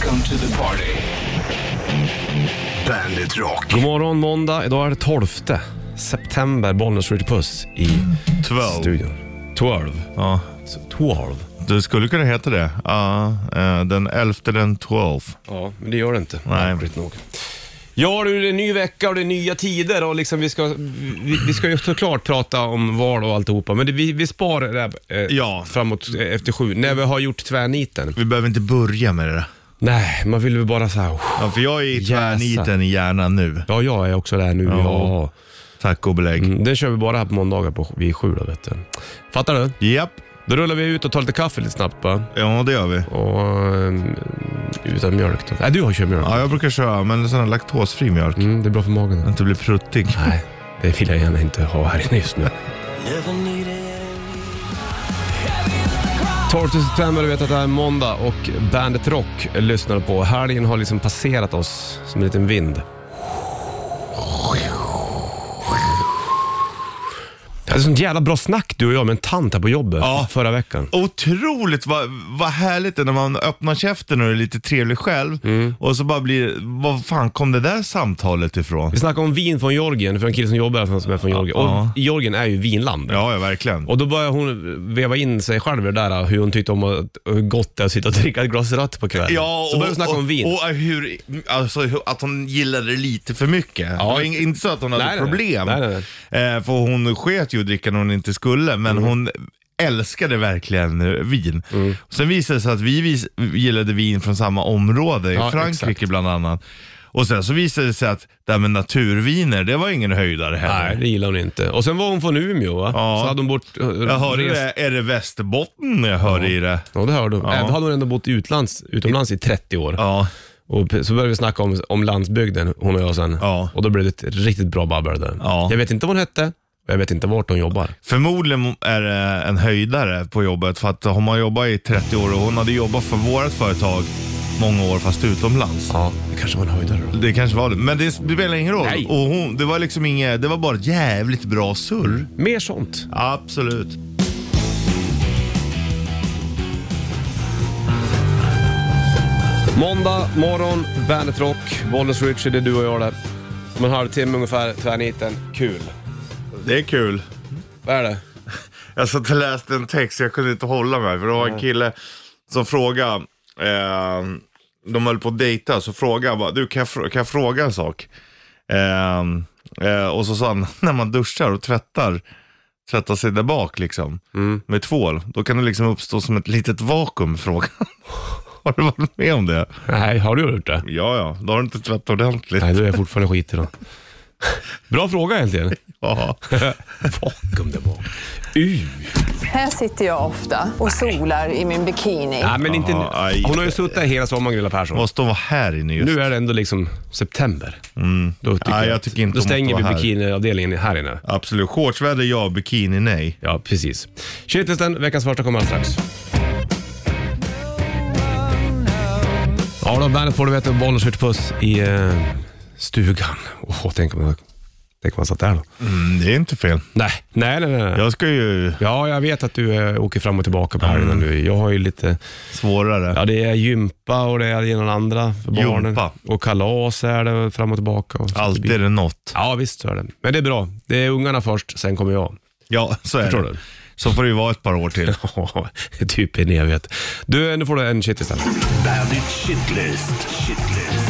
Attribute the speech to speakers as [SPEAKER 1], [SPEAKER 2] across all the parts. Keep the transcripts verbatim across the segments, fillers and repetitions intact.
[SPEAKER 1] Welcome to the party. Bandit Rock.
[SPEAKER 2] God morgon måndag, idag är det tolfte september, Bollnäs Ritchie Puss i
[SPEAKER 3] tolv.
[SPEAKER 2] studion. tolv.
[SPEAKER 3] Ja.
[SPEAKER 2] Så tolv.
[SPEAKER 3] Det skulle kunna heta det. Ja, den elfte, den tolfte.
[SPEAKER 2] Ja, men det gör det inte.
[SPEAKER 3] Nej.
[SPEAKER 2] Nog. Ja, det är en ny vecka och det är nya tider och liksom vi ska vi, vi ska ju såklart prata om val och alltihopa, men det, vi, vi sparar det eh,
[SPEAKER 3] Ja.
[SPEAKER 2] framåt eh, efter sju, när vi har gjort tvärniten.
[SPEAKER 3] Vi behöver inte börja med det.
[SPEAKER 2] Nej, man vill väl bara så här.
[SPEAKER 3] Ja, för jag är i
[SPEAKER 2] Jäsa.
[SPEAKER 3] tvärniten i hjärnan nu.
[SPEAKER 2] Ja, jag är också där nu.
[SPEAKER 3] Ja.
[SPEAKER 2] Ja.
[SPEAKER 3] Tack och belägg.
[SPEAKER 2] Mm, det kör vi bara här på måndagar på vid sju då, vet du. Fattar du?
[SPEAKER 3] Japp.
[SPEAKER 2] Då rullar vi ut och tar lite kaffe lite snabbt bara.
[SPEAKER 3] Ja, det gör vi.
[SPEAKER 2] Och um, utan mjölk då. Nej, du har kört mjölk.
[SPEAKER 3] Ja, jag brukar köra, men sån här laktosfri mjölk.
[SPEAKER 2] Mm, det är bra för magen.
[SPEAKER 3] Inte bli pruttig.
[SPEAKER 2] Nej, det vill jag gärna inte ha här inne just nu. tolfte september, du vet att det är måndag och Bandit Rock lyssnar på. Helgen har liksom passerat oss som en liten vind. Det är sånt jävla bra snack du och jag med en tant här på jobbet
[SPEAKER 3] Ja.
[SPEAKER 2] förra veckan.
[SPEAKER 3] Otroligt vad, vad härligt det är när man öppnar käften och är lite trevlig själv.
[SPEAKER 2] Mm.
[SPEAKER 3] Och så bara blir, vad fan kom det där samtalet ifrån?
[SPEAKER 2] Vi snackar om vin från Georgien, för en kille som jobbar här som är från Georgien.
[SPEAKER 3] Ja.
[SPEAKER 2] Och Georgien är ju vinland.
[SPEAKER 3] Ja, ja, verkligen.
[SPEAKER 2] Och då börjar hon veva in sig själv i det där, hur hon tyckte om att hur gott det är att sitta och dricka ett glas rött på kvällen.
[SPEAKER 3] Ja,
[SPEAKER 2] så börjar vi snacka
[SPEAKER 3] och,
[SPEAKER 2] om vin.
[SPEAKER 3] Och, och hur, alltså, hur, att hon gillade det lite för mycket.
[SPEAKER 2] Ja.
[SPEAKER 3] Det var in- inte så att hon hade
[SPEAKER 2] Nej, nej,
[SPEAKER 3] problem.
[SPEAKER 2] nej, nej,
[SPEAKER 3] Eh, för hon sket ju att dricka när hon inte skulle, men
[SPEAKER 2] Mm.
[SPEAKER 3] hon älskade verkligen eh, vin. Mm. Sen visade det sig att vi vis- gillade vin från samma område, i
[SPEAKER 2] Ja,
[SPEAKER 3] Frankrike
[SPEAKER 2] exakt.
[SPEAKER 3] bland annat. Och sen så visade det sig att det här med naturviner, det var ingen höjdare heller.
[SPEAKER 2] Nej, det gillar hon inte. Och sen var hon från Umeå, va?
[SPEAKER 3] Ja.
[SPEAKER 2] Så hade hon bort...
[SPEAKER 3] Jag hörde det, är det Västerbotten jag hörde i det?
[SPEAKER 2] Ja, det hörde hon.
[SPEAKER 3] Ja.
[SPEAKER 2] Även hade hon ändå bott utlands, utomlands i trettio år.
[SPEAKER 3] Ja.
[SPEAKER 2] Och så började vi snacka om, om landsbygden, hon och jag sen.
[SPEAKER 3] Ja.
[SPEAKER 2] Och då blev det ett riktigt bra babbel där.
[SPEAKER 3] Ja.
[SPEAKER 2] Jag vet inte vad hon hette, och jag vet inte vart hon jobbar.
[SPEAKER 3] Förmodligen är det en höjdare på jobbet, för att hon har jobbat i trettio år och hon hade jobbat för vårt företag många år fast utomlands.
[SPEAKER 2] Ja, det kanske var en höjdare då.
[SPEAKER 3] Det kanske var det, men det spelar ingen roll.
[SPEAKER 2] Nej.
[SPEAKER 3] Och hon, det var liksom inget, det var bara ett jävligt bra surr.
[SPEAKER 2] Mer sånt.
[SPEAKER 3] Absolut.
[SPEAKER 2] Måndag morgon, Bandit Rock, Bollnäs Ritchie, det är du och jag där. Om en halvtimme ungefär, tvärniten. Kul.
[SPEAKER 3] Det är kul.
[SPEAKER 2] Vad är det?
[SPEAKER 3] Jag satt och läste en text, jag kunde inte hålla mig. För det var en kille som frågade, eh, de höll på att dejta, så frågade jag bara, du kan jag, fr- kan jag fråga en sak? Eh, eh, och så sa han, när man duschar och tvättar, tvättar sig där bak liksom,
[SPEAKER 2] Mm.
[SPEAKER 3] med tvål, då kan det liksom uppstå som ett litet vakuum, frågan. Har du varit med om det?
[SPEAKER 2] Nej, har du gjort det?
[SPEAKER 3] Ja, ja, då har du inte tvättat ordentligt.
[SPEAKER 2] Nej, då är jag fortfarande skit i då. Bra fråga egentligen.
[SPEAKER 3] Ja.
[SPEAKER 2] Vakuum där bak. Uh.
[SPEAKER 4] Här sitter jag ofta och solar i min bikini.
[SPEAKER 2] Nej, men inte...
[SPEAKER 3] Ja, aj.
[SPEAKER 2] Hon har ju suttit här hela sommaren, Grilla Persson.
[SPEAKER 3] Måste vara här inne just.
[SPEAKER 2] Nu är det ändå liksom september.
[SPEAKER 3] Mm.
[SPEAKER 2] Då tycker
[SPEAKER 3] Nej,
[SPEAKER 2] jag,
[SPEAKER 3] jag
[SPEAKER 2] att-
[SPEAKER 3] tycker inte
[SPEAKER 2] Då
[SPEAKER 3] om
[SPEAKER 2] stänger
[SPEAKER 3] att
[SPEAKER 2] vi
[SPEAKER 3] vara här.
[SPEAKER 2] bikiniavdelningen här inne.
[SPEAKER 3] Absolut. Shortsväder ja, bikini nej.
[SPEAKER 2] Ja, precis. Shitlisten, veckans första kommer alldeles strax. Ja då, bandet får du veta, Bollnäs Ritchie Puss i eh, stugan. Åh, tänk om man, tänk om man satt där då.
[SPEAKER 3] Mm, det är inte fel.
[SPEAKER 2] Nej, nej, nej, nej.
[SPEAKER 3] Jag ska ju
[SPEAKER 2] Ja, jag vet att du eh, åker fram och tillbaka på helgen nu. Jag har ju lite...
[SPEAKER 3] svårare.
[SPEAKER 2] Ja, det är gympa och det är genom andra för barnen.
[SPEAKER 3] Gympa.
[SPEAKER 2] Och kalas är det fram och tillbaka. Och så det
[SPEAKER 3] Alltid
[SPEAKER 2] blir-
[SPEAKER 3] är det något.
[SPEAKER 2] Ja, visst så är det. Men det är bra. Det är ungarna först, sen kommer jag.
[SPEAKER 3] Ja, så är
[SPEAKER 2] Förstår
[SPEAKER 3] det.
[SPEAKER 2] du?
[SPEAKER 3] Så får det ju vara ett par år till.
[SPEAKER 2] Ja, typ en evighet. Du, nu får du en shit istället.
[SPEAKER 1] Bandit Shitlist. Shitlist.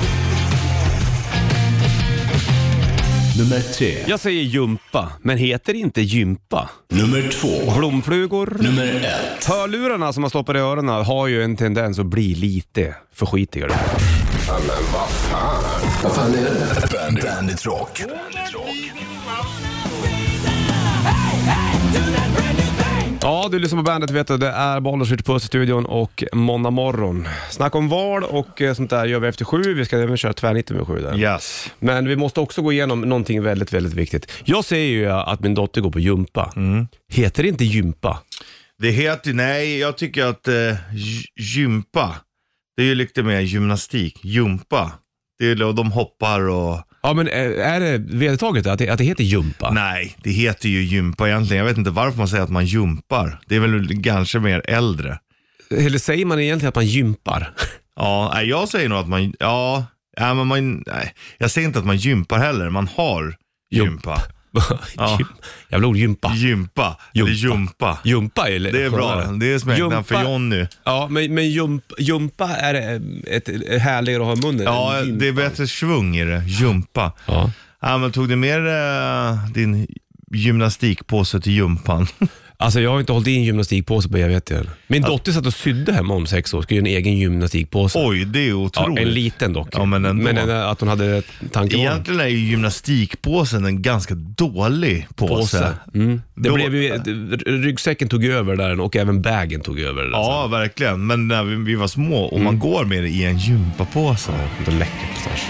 [SPEAKER 1] Nummer tre.
[SPEAKER 2] Jag säger jumpa, men heter inte gympa.
[SPEAKER 1] Nummer två.
[SPEAKER 2] Blomflugor.
[SPEAKER 1] Nummer ett.
[SPEAKER 2] Hörlurarna som man stoppar i öronen har ju en tendens att bli lite för skitigare.
[SPEAKER 1] Vad fan är det? Bandit, Bandit Rock.
[SPEAKER 2] Ja, du lyssnar på bandet, vet du, det är Bollnäs Ritchie Puss i studion och måndag morgon. Snack om val och eh, sånt där gör vi efter sju. Vi ska även köra tvärnitten med sju där.
[SPEAKER 3] Yes.
[SPEAKER 2] Men vi måste också gå igenom någonting väldigt, väldigt viktigt. Jag säger ju att min dotter går på gympa.
[SPEAKER 3] Mm.
[SPEAKER 2] Heter det inte gympa?
[SPEAKER 3] Det heter, nej, jag tycker att eh, gy- gympa, det är ju lite mer gymnastik. Jumpa, det är, och de hoppar och...
[SPEAKER 2] Ja, men är, är det vedertaget att det, att det heter gympa?
[SPEAKER 3] Nej, det heter ju gympa egentligen. Jag vet inte varför man säger att man jumpar. Det är väl kanske mer äldre.
[SPEAKER 2] Eller säger man egentligen att man gympar?
[SPEAKER 3] Ja, nej, jag säger nog att man, ja, ja men man, nej, jag säger inte att man gympar heller, man har gympa. Ja.
[SPEAKER 2] Jävla ord, gympa.
[SPEAKER 3] Gympa,
[SPEAKER 2] Jumpa.
[SPEAKER 3] eller jumpa.
[SPEAKER 2] Jumpa är
[SPEAKER 3] Det är bra, det är smeknamn för Jonny.
[SPEAKER 2] Ja, men, men jumpa, jumpa är ett, ett härligare att ha i munnen.
[SPEAKER 3] Ja, det är bättre svung i det, jumpa.
[SPEAKER 2] Ja.
[SPEAKER 3] Ja, men tog du med uh, din gymnastikpåse till jumpan?
[SPEAKER 2] Alltså jag har inte hållit i en gymnastikpåse på evigheter. Min dotter satt och sydde hemma om sex år. Ska göra en egen gymnastikpåse.
[SPEAKER 3] Oj, det är otroligt.
[SPEAKER 2] Ja, en liten dock.
[SPEAKER 3] Ja, men ändå.
[SPEAKER 2] men att hon hade tanken.
[SPEAKER 3] Egentligen är ju gymnastikpåsen en ganska dålig påse. påse.
[SPEAKER 2] Mm. Det
[SPEAKER 3] Då...
[SPEAKER 2] blev ju, ryggsäcken tog över där och även bagen tog över. Där
[SPEAKER 3] ja,
[SPEAKER 2] sen.
[SPEAKER 3] verkligen. Men när vi, vi var små och mm. man går med det i en gympapåse.
[SPEAKER 2] Ja, det är läckert förstås.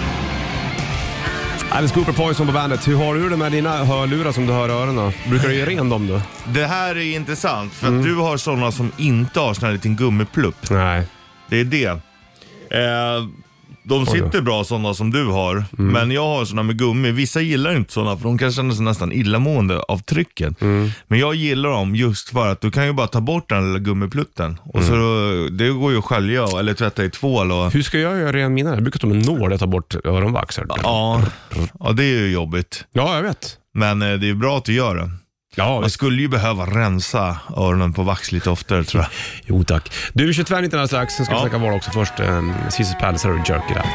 [SPEAKER 2] Alice Cooper, Poison på bandet. Hur har du det med dina hörlurar som du hör i öronen? Brukar du göra ren dem då?
[SPEAKER 3] Det här är intressant för
[SPEAKER 2] mm.
[SPEAKER 3] att du har sådana som inte har sån här liten gummiplupp.
[SPEAKER 2] Nej.
[SPEAKER 3] Det är det. Eh, de sitter bra sådana som du har, mm. men jag har sådana med gummi. Vissa gillar inte sådana för de kan känna sig nästan illamående av trycket. Mm. Men jag gillar dem just för att du kan ju bara ta bort den lilla gummiplutten. Och mm. så det går ju att skölja eller tvätta i tvål. Och...
[SPEAKER 2] Hur ska jag göra ren mina? Jag brukar ta med nål och ta bort öronvax.
[SPEAKER 3] Ja, ja, det är ju jobbigt.
[SPEAKER 2] Ja, jag vet.
[SPEAKER 3] Men eh, det är bra att du gör det. Ja, man skulle ju behöva rensa öronen på vax lite oftare, tror jag.
[SPEAKER 2] Jo tack. Du, vi kör tvärnitten alldeles strax. Sen ska ja. vi snacka val också först. Um, Caesars Palace och Jerk It Out.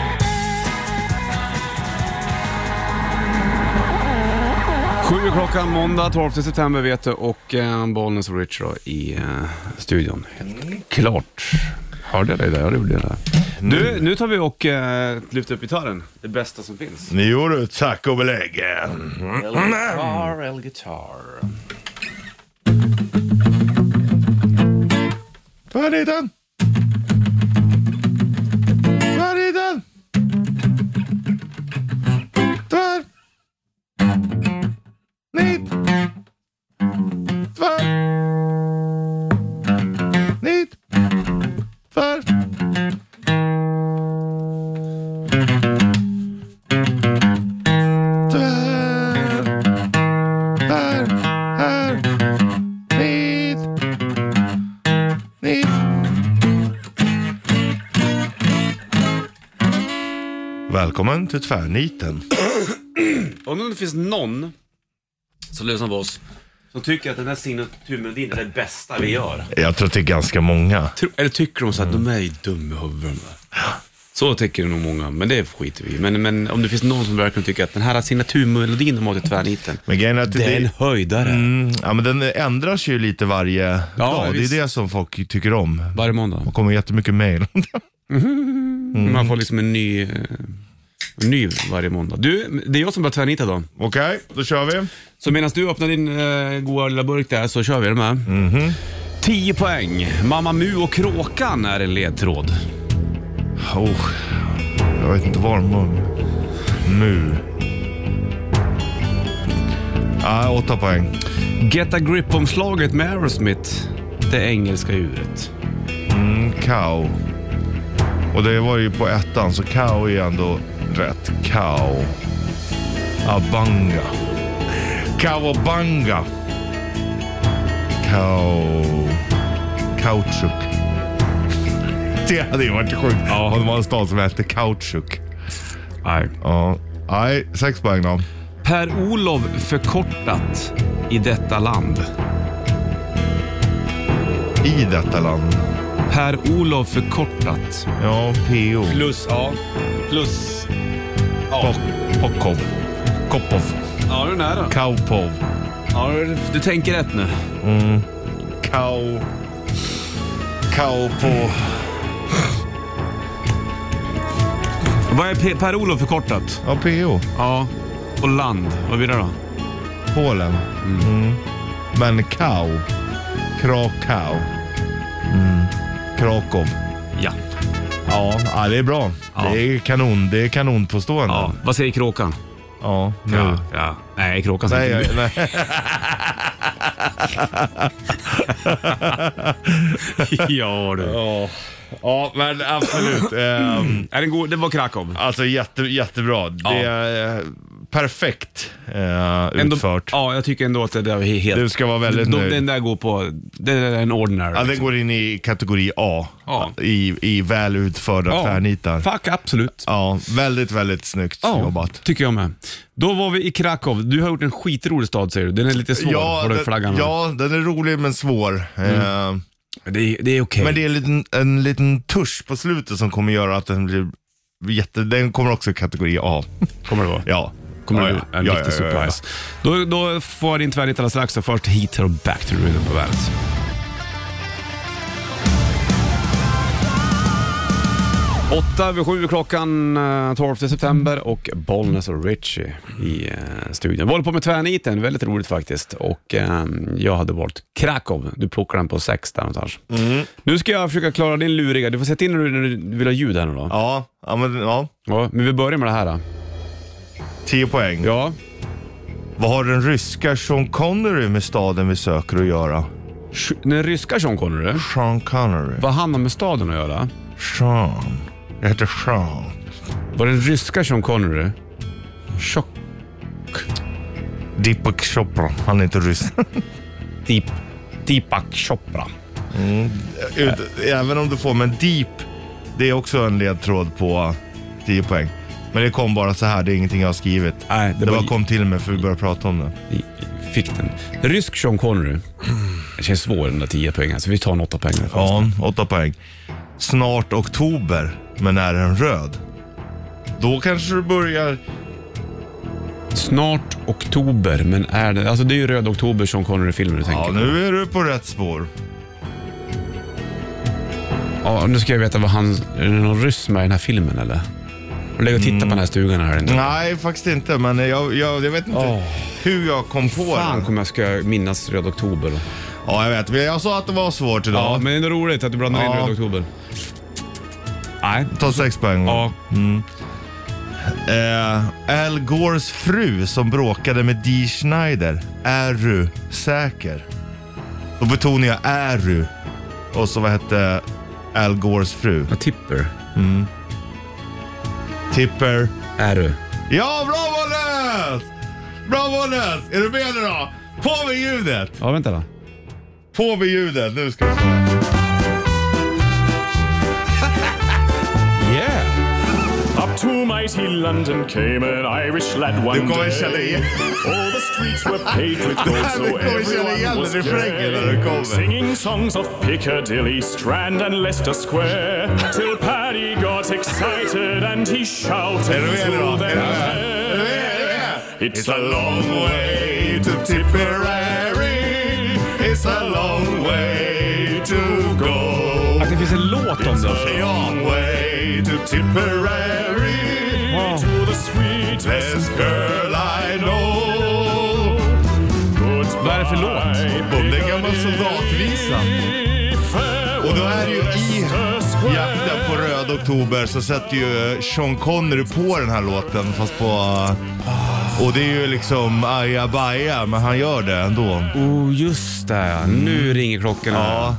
[SPEAKER 2] Sju klockan måndag tolfte september vet du. Och uh, Bollnäs och Rich då, i uh, studion. Helt klart. Hörde jag dig där? Ja, det gjorde jag där. Du, nu tar vi och uh, lyfter upp gitarren. Det bästa som finns.
[SPEAKER 3] Ni gjorde tack och belägg.
[SPEAKER 2] El-gitarr, el-gitarr.
[SPEAKER 3] Var är den? Var är den? Tvär. Nit. Tvär. Nit. Tvär. Välkommen till tvärniten.
[SPEAKER 2] Om det finns någon som lyssnar på oss som tycker att den här signaturmelodin är det bästa vi gör.
[SPEAKER 3] Jag tror att det är ganska många.
[SPEAKER 2] Eller tycker de så att mm. de är dumma i huvudet. Så tycker nog många, men det skiter vi. Men, men om det finns någon som verkligen tycker att den här signaturmelodin de har till tvärniten,
[SPEAKER 3] men att
[SPEAKER 2] det är en höjdare.
[SPEAKER 3] Mm, ja, men den ändras ju lite varje ja, dag. Det är det som folk tycker om.
[SPEAKER 2] Varje måndag.
[SPEAKER 3] Det kommer jättemycket mejl.
[SPEAKER 2] mm. Man får liksom en ny... En ny varje måndag. Du, det är jag som börjar tvärnita då.
[SPEAKER 3] Okej, okay, då kör vi.
[SPEAKER 2] Så medan du öppnar din äh, goda lilla burk där så kör vi det med.
[SPEAKER 3] Mm-hmm.
[SPEAKER 2] tio poäng. Mamma Mu och Kråkan är en ledtråd.
[SPEAKER 3] Oh, jag vet inte var Mu. Mu. Ah, åtta poäng.
[SPEAKER 2] Get a Grip-omslaget med Aerosmith. Det engelska djuret.
[SPEAKER 3] Mm, cow. Och det var ju på ettan, så cow är ändå rätt. Cow. Abanga. Cowabanga. Cow. Kautschuk. Det hade ju varit sjukt. Ja. Om det var en stad som hette Kautschuk.
[SPEAKER 2] Nej.
[SPEAKER 3] Ja. Nej, sex poäng då.
[SPEAKER 2] Per-Olof förkortat i detta land.
[SPEAKER 3] I detta land.
[SPEAKER 2] Per-Olof förkortat.
[SPEAKER 3] Ja, P O.
[SPEAKER 2] Plus, ja. Plus. Ja.
[SPEAKER 3] Pokov. Kopov.
[SPEAKER 2] Ja, du är nära.
[SPEAKER 3] Kaupov.
[SPEAKER 2] Ja, du, du tänker rätt nu.
[SPEAKER 3] Mm. Kau. Kau på.
[SPEAKER 2] Vad är P- Per-Olof förkortat?
[SPEAKER 3] Ja, P O.
[SPEAKER 2] Ja. Och land. Vad blir det då?
[SPEAKER 3] Polen. Mm. Mm. Men Kau. Krakau. Mm. Krakow.
[SPEAKER 2] Ja.
[SPEAKER 3] Ja, ja, det är bra. Ja. Det är kanon. Det är kanon på stående.
[SPEAKER 2] Ja. Vad säger Kråkan?
[SPEAKER 3] Ja, nu.
[SPEAKER 2] Ja, ja. Nej, Kråkan
[SPEAKER 3] nej, jag, nej.
[SPEAKER 2] Ja, du.
[SPEAKER 3] Ja. Ja, men absolut. um,
[SPEAKER 2] är det, god? Det var Krakow.
[SPEAKER 3] Alltså jätte, jättebra. Ja. Det, perfekt eh,
[SPEAKER 2] Ändå,
[SPEAKER 3] utfört.
[SPEAKER 2] ja, jag tycker ändå att det där är helt...
[SPEAKER 3] Du ska vara väldigt
[SPEAKER 2] de,
[SPEAKER 3] nöjd.
[SPEAKER 2] Den där går på... Det är en ordinary.
[SPEAKER 3] Ja, den
[SPEAKER 2] liksom.
[SPEAKER 3] går in i kategori A.
[SPEAKER 2] Ja.
[SPEAKER 3] I, i väl utförda
[SPEAKER 2] Ja,
[SPEAKER 3] tvärnitar.
[SPEAKER 2] fuck, absolut.
[SPEAKER 3] Ja, väldigt, väldigt snyggt
[SPEAKER 2] Ja,
[SPEAKER 3] jobbat.
[SPEAKER 2] tycker jag med. Då var vi i Krakow. Du har gjort en skitrolig stad, säger du. Den är lite svår.
[SPEAKER 3] Ja,
[SPEAKER 2] har du
[SPEAKER 3] den,
[SPEAKER 2] flaggan med?
[SPEAKER 3] ja, den är rolig men svår.
[SPEAKER 2] Mm.
[SPEAKER 3] Eh,
[SPEAKER 2] Det är, det är okej.
[SPEAKER 3] men det är en liten, en liten tusch på slutet som kommer göra att den blir jätte... Den kommer också i kategori A.
[SPEAKER 2] Kommer det vara?
[SPEAKER 3] Ja.
[SPEAKER 2] Kommer
[SPEAKER 3] ja,
[SPEAKER 2] det
[SPEAKER 3] ja.
[SPEAKER 2] bli en
[SPEAKER 3] ja,
[SPEAKER 2] riktig
[SPEAKER 3] ja, ja, ja.
[SPEAKER 2] surprise. Då, då får jag din tvärnit alldeles strax. Så först hit och back to the rhythm på bandet. Åtta över sju klockan tolfte september och Bollnäs och Richie i eh, studion. Vi håller på med tvärniten, väldigt roligt faktiskt. Och eh, jag hade valt Krakow. Du plockar den på sex där någonstans.
[SPEAKER 3] Mm.
[SPEAKER 2] Nu ska jag försöka klara din luriga. Du får sätta in när du, när du vill ha ljud här nu då.
[SPEAKER 3] Ja, ja, men, ja.
[SPEAKER 2] Ja, men vi börjar med det här då.
[SPEAKER 3] tio poäng.
[SPEAKER 2] Ja.
[SPEAKER 3] Vad har den ryska Sean Connery med staden vi söker att göra?
[SPEAKER 2] Sh- Den ryska Sean Connery.
[SPEAKER 3] Sean Connery.
[SPEAKER 2] Vad han har med staden att göra?
[SPEAKER 3] Sean. Jag heter Sean.
[SPEAKER 2] Var den ryska Sean Connery? Chock.
[SPEAKER 3] Deepak Chopra. Han är inte ryss.
[SPEAKER 2] Deep. Deepak Chopra.
[SPEAKER 3] Ut, även om du får, men Deep, det är också en ledtråd på tio poäng. Men det kom bara så här, det är ingenting jag har skrivit.
[SPEAKER 2] Nej,
[SPEAKER 3] det
[SPEAKER 2] det
[SPEAKER 3] bara
[SPEAKER 2] var-
[SPEAKER 3] kom till mig för vi började prata om det.
[SPEAKER 2] Fick den. Rysk Sean Connery. Det känns svår den där tio poängen. Så vi tar en åtta poäng.
[SPEAKER 3] Ja, åtta poäng. Snart oktober, men är den röd? Då kanske du börjar...
[SPEAKER 2] Snart oktober, men är det... Alltså det är ju röd oktober Sean Connery-filmer du tänker
[SPEAKER 3] Ja,
[SPEAKER 2] på.
[SPEAKER 3] nu är du på rätt spår.
[SPEAKER 2] Ja, nu ska jag veta vad han... Är det någon ryss med i den här filmen eller? Och lägga och titta på den här stugan här inte.
[SPEAKER 3] Nej, faktiskt inte, men jag, jag, jag vet inte
[SPEAKER 2] Åh.
[SPEAKER 3] hur jag kom på
[SPEAKER 2] Fan
[SPEAKER 3] det.
[SPEAKER 2] kommer jag ska minnas röd oktober då.
[SPEAKER 3] Ja, jag vet, men jag sa att det var svårt idag.
[SPEAKER 2] Ja, men det är ändå roligt att du blandar in
[SPEAKER 3] Ja.
[SPEAKER 2] röd oktober. Nej.
[SPEAKER 3] Ta sex poäng.
[SPEAKER 2] Ja.
[SPEAKER 3] Eh, Al Gores fru som bråkade med Dee Schneider. Är du säker? Då betonar jag är du. Och så vad hette Al Gores fru?
[SPEAKER 2] Jag tippar.
[SPEAKER 3] Tipper.
[SPEAKER 2] Är du?
[SPEAKER 3] Ja, bra Bollnäs! Bra Bollnäs! Är du med nu då? På med ljudet!
[SPEAKER 2] Ja, vänta då.
[SPEAKER 3] På med ljudet, nu ska vi få.
[SPEAKER 2] Yeah!
[SPEAKER 5] Up to mighty London came an Irish lad one
[SPEAKER 3] Du kommer
[SPEAKER 5] day.
[SPEAKER 3] känna igen.
[SPEAKER 5] All the streets were paved with gold, so
[SPEAKER 3] Du kommer känna igen
[SPEAKER 5] everyone was
[SPEAKER 3] refrängen när du
[SPEAKER 5] gay.
[SPEAKER 3] kommer.
[SPEAKER 5] Singing songs of Piccadilly, Strand and Leicester Square, till Paddy got excited and he shouted
[SPEAKER 3] Är du med nu då?
[SPEAKER 5] to
[SPEAKER 3] Är
[SPEAKER 5] them
[SPEAKER 3] du med? Är du med? Är du med?
[SPEAKER 5] It's a long way to
[SPEAKER 3] Tipperary. It's a long way to go.
[SPEAKER 2] Att det finns en låt om det.
[SPEAKER 3] Long way to Tipperary.
[SPEAKER 2] Wow.
[SPEAKER 5] to the sweetest
[SPEAKER 3] Best girl I know.
[SPEAKER 2] Vad är det för låt?
[SPEAKER 3] Det är en gammal soldatvisa. Och då är det ju i jakten på röd oktober så sätter ju Sean Connery på den här låten fast på... Och det är ju liksom aja baja, men han gör det ändå.
[SPEAKER 2] Oh, just det. Nu ringer klockan.
[SPEAKER 3] Ja.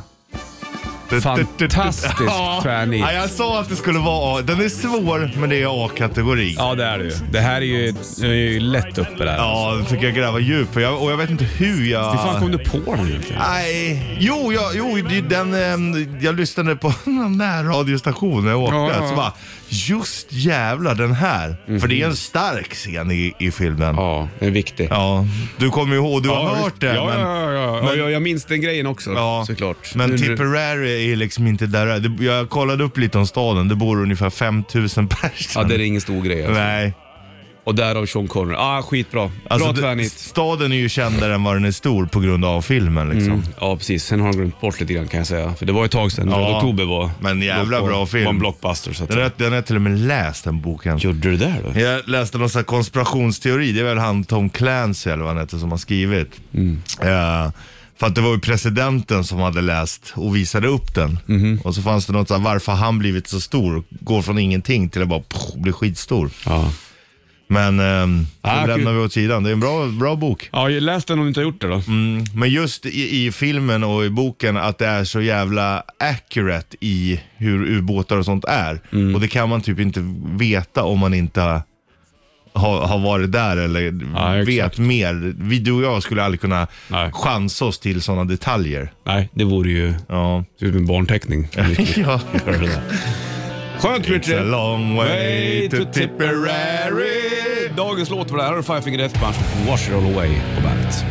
[SPEAKER 2] Fantastisk tvärnit.
[SPEAKER 3] Ja, jag sa att det skulle vara A. Den är svår, men det är A-kategori.
[SPEAKER 2] Ja, det är det ju. Det här är ju, det är ju lätt uppe där.
[SPEAKER 3] Ja, det tycker jag gräva djupt. Jag, och jag vet inte hur jag...
[SPEAKER 2] Hur fan kom du på den egentligen?
[SPEAKER 3] Nej, jo, jag, jo det är den, eh, jag lyssnade på en närradiostation när jag åkte.
[SPEAKER 2] Ja, ja, ja.
[SPEAKER 3] Så bara, just jävlar den här.
[SPEAKER 2] Mm-hmm.
[SPEAKER 3] För det är en stark scen i, i filmen. Ja.
[SPEAKER 2] Ja, det är viktigt.
[SPEAKER 3] Du kommer ihåg, du har
[SPEAKER 2] Ja,
[SPEAKER 3] hört det.
[SPEAKER 2] Ja,
[SPEAKER 3] men,
[SPEAKER 2] ja, ja, ja.
[SPEAKER 3] men-
[SPEAKER 2] ja, jag minns den grejen också,
[SPEAKER 3] Ja,
[SPEAKER 2] såklart.
[SPEAKER 3] Men
[SPEAKER 2] Nu-
[SPEAKER 3] Tipperary är liksom inte där. Det, jag kollade upp lite om staden. Det bor ungefär fem tusen personer.
[SPEAKER 2] Ja, det är ingen stor grej alltså.
[SPEAKER 3] Nej.
[SPEAKER 2] Och därav Sean Connery. Ah, skitbra.
[SPEAKER 3] Alltså,
[SPEAKER 2] Bra
[SPEAKER 3] det,
[SPEAKER 2] tvärnit.
[SPEAKER 3] staden är ju kändare än vad den är stor på grund av filmen liksom.
[SPEAKER 2] Mm. Ja, precis. Sen har han glömt bort lite grann kan jag säga. För det var ett tag sedan.
[SPEAKER 3] Ja,
[SPEAKER 2] Röd oktober var...
[SPEAKER 3] men jävla
[SPEAKER 2] var-
[SPEAKER 3] bra film.
[SPEAKER 2] var en blockbuster. Så att
[SPEAKER 3] Den är, den är till och med läst den boken.
[SPEAKER 2] Gjorde du det där då?
[SPEAKER 3] Jag läste någon sån här konspirationsteori. Det är väl han Tom Clancy eller vad han heter som har skrivit.
[SPEAKER 2] Mm.
[SPEAKER 3] Eh, för att det var ju presidenten som hade läst och visade upp den.
[SPEAKER 2] Mhm.
[SPEAKER 3] Och så fanns det något så här, varför han blivit så stor. Går från ingenting till att bara pff, bli skitstor.
[SPEAKER 2] Ja.
[SPEAKER 3] Men ehm,
[SPEAKER 2] Ah,
[SPEAKER 3] det lämnar
[SPEAKER 2] kul.
[SPEAKER 3] vi åt sidan. Det är en bra, bra bok.
[SPEAKER 2] Ja, jag läste den om du inte har gjort det då.
[SPEAKER 3] Mm, men just i, i filmen och i boken att det är så jävla accurate i hur ubåtar och sånt är.
[SPEAKER 2] Mm.
[SPEAKER 3] Och det kan man typ inte veta om man inte har, har varit där eller
[SPEAKER 2] ja,
[SPEAKER 3] vet mer. Vi, du och jag skulle aldrig kunna
[SPEAKER 2] Nej.
[SPEAKER 3] chansa oss till sådana detaljer.
[SPEAKER 2] Nej, det vore ju
[SPEAKER 3] Ja.
[SPEAKER 2] typ en barnteckning.
[SPEAKER 3] Ja.
[SPEAKER 2] Skönt,
[SPEAKER 3] It's a
[SPEAKER 2] Richard.
[SPEAKER 3] long way to Tipperary.
[SPEAKER 2] Dagens låt för det här har du Five Finger Death Punch och Wash It All Away på bandet.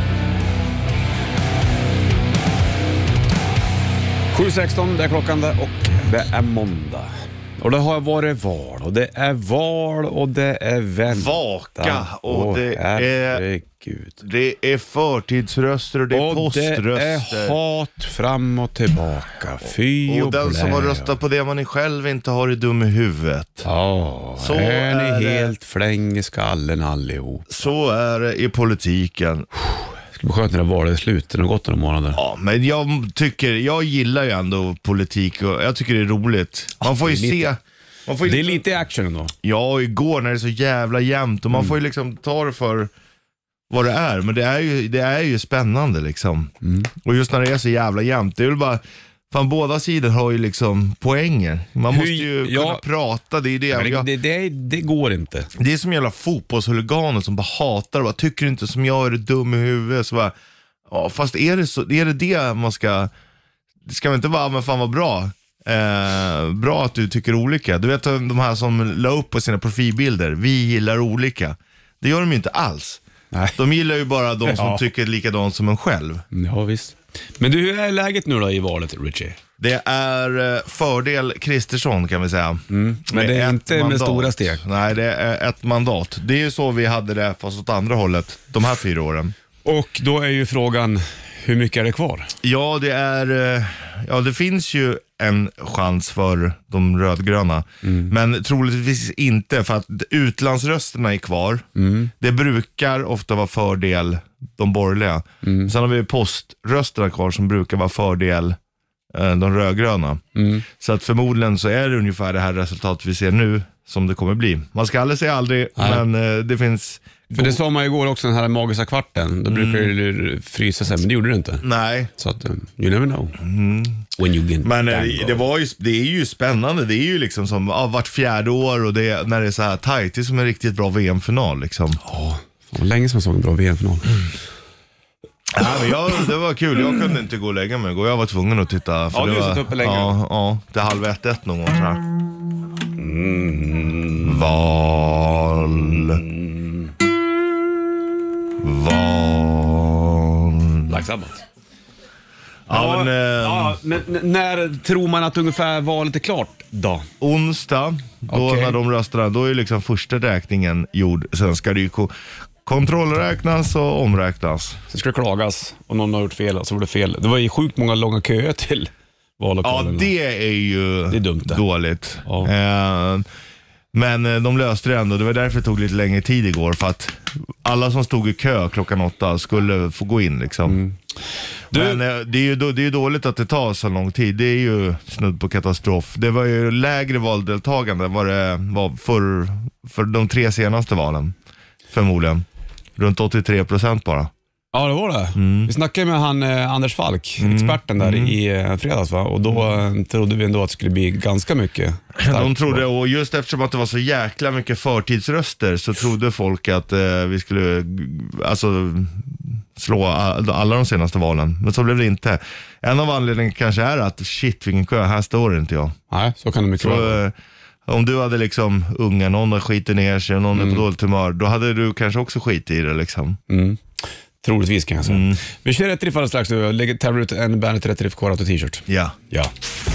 [SPEAKER 2] sju sexton, det är klockan där och det är måndag. Och det har varit val och det är val och det är vänta.
[SPEAKER 3] Vaka och
[SPEAKER 2] Åh,
[SPEAKER 3] det är
[SPEAKER 2] herregud.
[SPEAKER 3] det är förtidsröster och det är
[SPEAKER 2] Och
[SPEAKER 3] poströster.
[SPEAKER 2] det är hat fram och tillbaka. Fy och,
[SPEAKER 3] Och den
[SPEAKER 2] blä.
[SPEAKER 3] som har röstat på det man ni själv inte har i dum i huvudet.
[SPEAKER 2] Ja,
[SPEAKER 3] Så
[SPEAKER 2] är ni
[SPEAKER 3] är det.
[SPEAKER 2] helt fläng i skallen allihop.
[SPEAKER 3] Så är det i politiken.
[SPEAKER 2] Det skulle bli skönt när det var det slut. Det har gått några månader.
[SPEAKER 3] Ja, men jag tycker, jag gillar ju ändå politik och jag tycker det är roligt. Man får ju
[SPEAKER 2] det är lite-
[SPEAKER 3] se. Man får ju
[SPEAKER 2] Det är lite action ändå.
[SPEAKER 3] Ja, igår när det är så jävla jämnt och man får ju liksom ta det för vad det är. Men det är ju, det är ju spännande liksom.
[SPEAKER 2] Mm.
[SPEAKER 3] Och just när det är så jävla jämnt, det är väl bara, fan båda sidor har ju liksom poänger. Man
[SPEAKER 2] Hur-
[SPEAKER 3] måste ju
[SPEAKER 2] ja.
[SPEAKER 3] kunna prata, det är det.
[SPEAKER 2] Men det,
[SPEAKER 3] Jag,
[SPEAKER 2] det, det, det går inte.
[SPEAKER 3] det är som jävla fotbollshuliganer som bara hatar och bara, tycker inte som jag, är du dum i huvudet? Så bara, ja, fast är det, så, är det det man ska, det ska väl inte vara, men fan vad bra. Eh, bra att du tycker olika. Du vet de här som la upp på sina profilbilder, vi gillar olika. Det gör de ju inte alls.
[SPEAKER 2] Nej.
[SPEAKER 3] De gillar ju bara de som
[SPEAKER 2] Ja.
[SPEAKER 3] tycker likadant som en själv.
[SPEAKER 2] Ja, visst. Men du, hur är läget nu då i valet, Richie?
[SPEAKER 3] Det är eh, fördel Kristersson kan vi säga.
[SPEAKER 2] Men det är
[SPEAKER 3] ett
[SPEAKER 2] inte med
[SPEAKER 3] mandat.
[SPEAKER 2] stora steg.
[SPEAKER 3] Nej, det är ett mandat. Det är ju så vi hade det fast åt andra hållet de här fyra åren.
[SPEAKER 2] Och då är ju frågan, hur mycket är det kvar?
[SPEAKER 3] Ja, det är eh, ja, det finns ju en chans för de rödgröna. Men troligtvis inte, för att utlandsrösterna är kvar. Det brukar ofta vara fördel de borgerliga. Sen har vi poströsterna kvar som brukar vara fördel eh, de rödgröna. Så att förmodligen så är det ungefär det här resultatet vi ser nu som det kommer bli. Man ska aldrig säga aldrig,
[SPEAKER 2] Nej.
[SPEAKER 3] men eh, det finns...
[SPEAKER 2] För det sa man ju igår också, den här magiska kvarten. Då brukar det ju frysa sig, men det gjorde det inte.
[SPEAKER 3] Nej.
[SPEAKER 2] Så att, um, you never know. When you get
[SPEAKER 3] Men eh,
[SPEAKER 2] dango.
[SPEAKER 3] det, var ju, det är ju spännande. Det är ju liksom som ja, vart fjärde år och det, när det är så här tajt. Det är som en riktigt bra V M-final liksom.
[SPEAKER 2] Ja, fan, vad länge som jag såg en bra V M-final.
[SPEAKER 3] Ja, men jag, det var kul. Jag kunde inte gå och lägga mig igår. Jag var tvungen att titta. För
[SPEAKER 2] Ja,
[SPEAKER 3] det
[SPEAKER 2] du
[SPEAKER 3] var,
[SPEAKER 2] satt uppe länge.
[SPEAKER 3] Ja, ja, det är halv ett, ett någon gång så här. Val. Val.
[SPEAKER 2] Black Sabbath.
[SPEAKER 3] Ja, men, eh,
[SPEAKER 2] ja, men n- när tror man att ungefär valet är klart då?
[SPEAKER 3] onsdag, då
[SPEAKER 2] Okej.
[SPEAKER 3] när de röstar, då är liksom första räkningen gjord. Sen ska det ju ko- kontrollräknas och omräknas.
[SPEAKER 2] Sen ska det klagas och någon har gjort fel och så var det fel. Det var ju sjukt många långa köer till
[SPEAKER 3] Ja,
[SPEAKER 2] vallokalen.
[SPEAKER 3] det är ju
[SPEAKER 2] Det är dumt det.
[SPEAKER 3] dåligt.
[SPEAKER 2] Ja.
[SPEAKER 3] Eh, men eh, de löste det ändå. Det var därför det tog lite längre tid igår. För att alla som stod i kö klockan åtta skulle få gå in liksom.
[SPEAKER 2] Mm. Du-
[SPEAKER 3] Men eh, det är ju då, det är ju dåligt att det tar så lång tid. Det är ju snudd på katastrof. Det var ju lägre valdeltagande vad det var för, för de tre senaste valen. Förmodligen. Runt åttiotre procent bara.
[SPEAKER 2] Ja, det var det.
[SPEAKER 3] Mm.
[SPEAKER 2] Vi snackade med han eh, Anders Falk, experten där i eh, fredags va? Och då eh, trodde vi ändå att det skulle bli ganska mycket starkt.
[SPEAKER 3] De trodde, och just eftersom att det var så jäkla mycket förtidsröster så trodde folk att eh, vi skulle alltså, slå all, alla de senaste valen. Men så blev det inte. En av anledningarna kanske är att shit vilken kö, här står inte jag.
[SPEAKER 2] Nej, så kan det mycket
[SPEAKER 3] Så,
[SPEAKER 2] vara.
[SPEAKER 3] eh, om du hade liksom unga, någon har skiter ner sig och någon är på dåligt humör, då hade du kanske också skit i det liksom.
[SPEAKER 2] Mm. Troligtvis kan jag säga.
[SPEAKER 3] Mm.
[SPEAKER 2] Vi kör ett riff alldeles strax. Jag lägger tävlar ut en Bandet Rätt Riff Core t-shirt.
[SPEAKER 3] Ja.
[SPEAKER 2] Ja.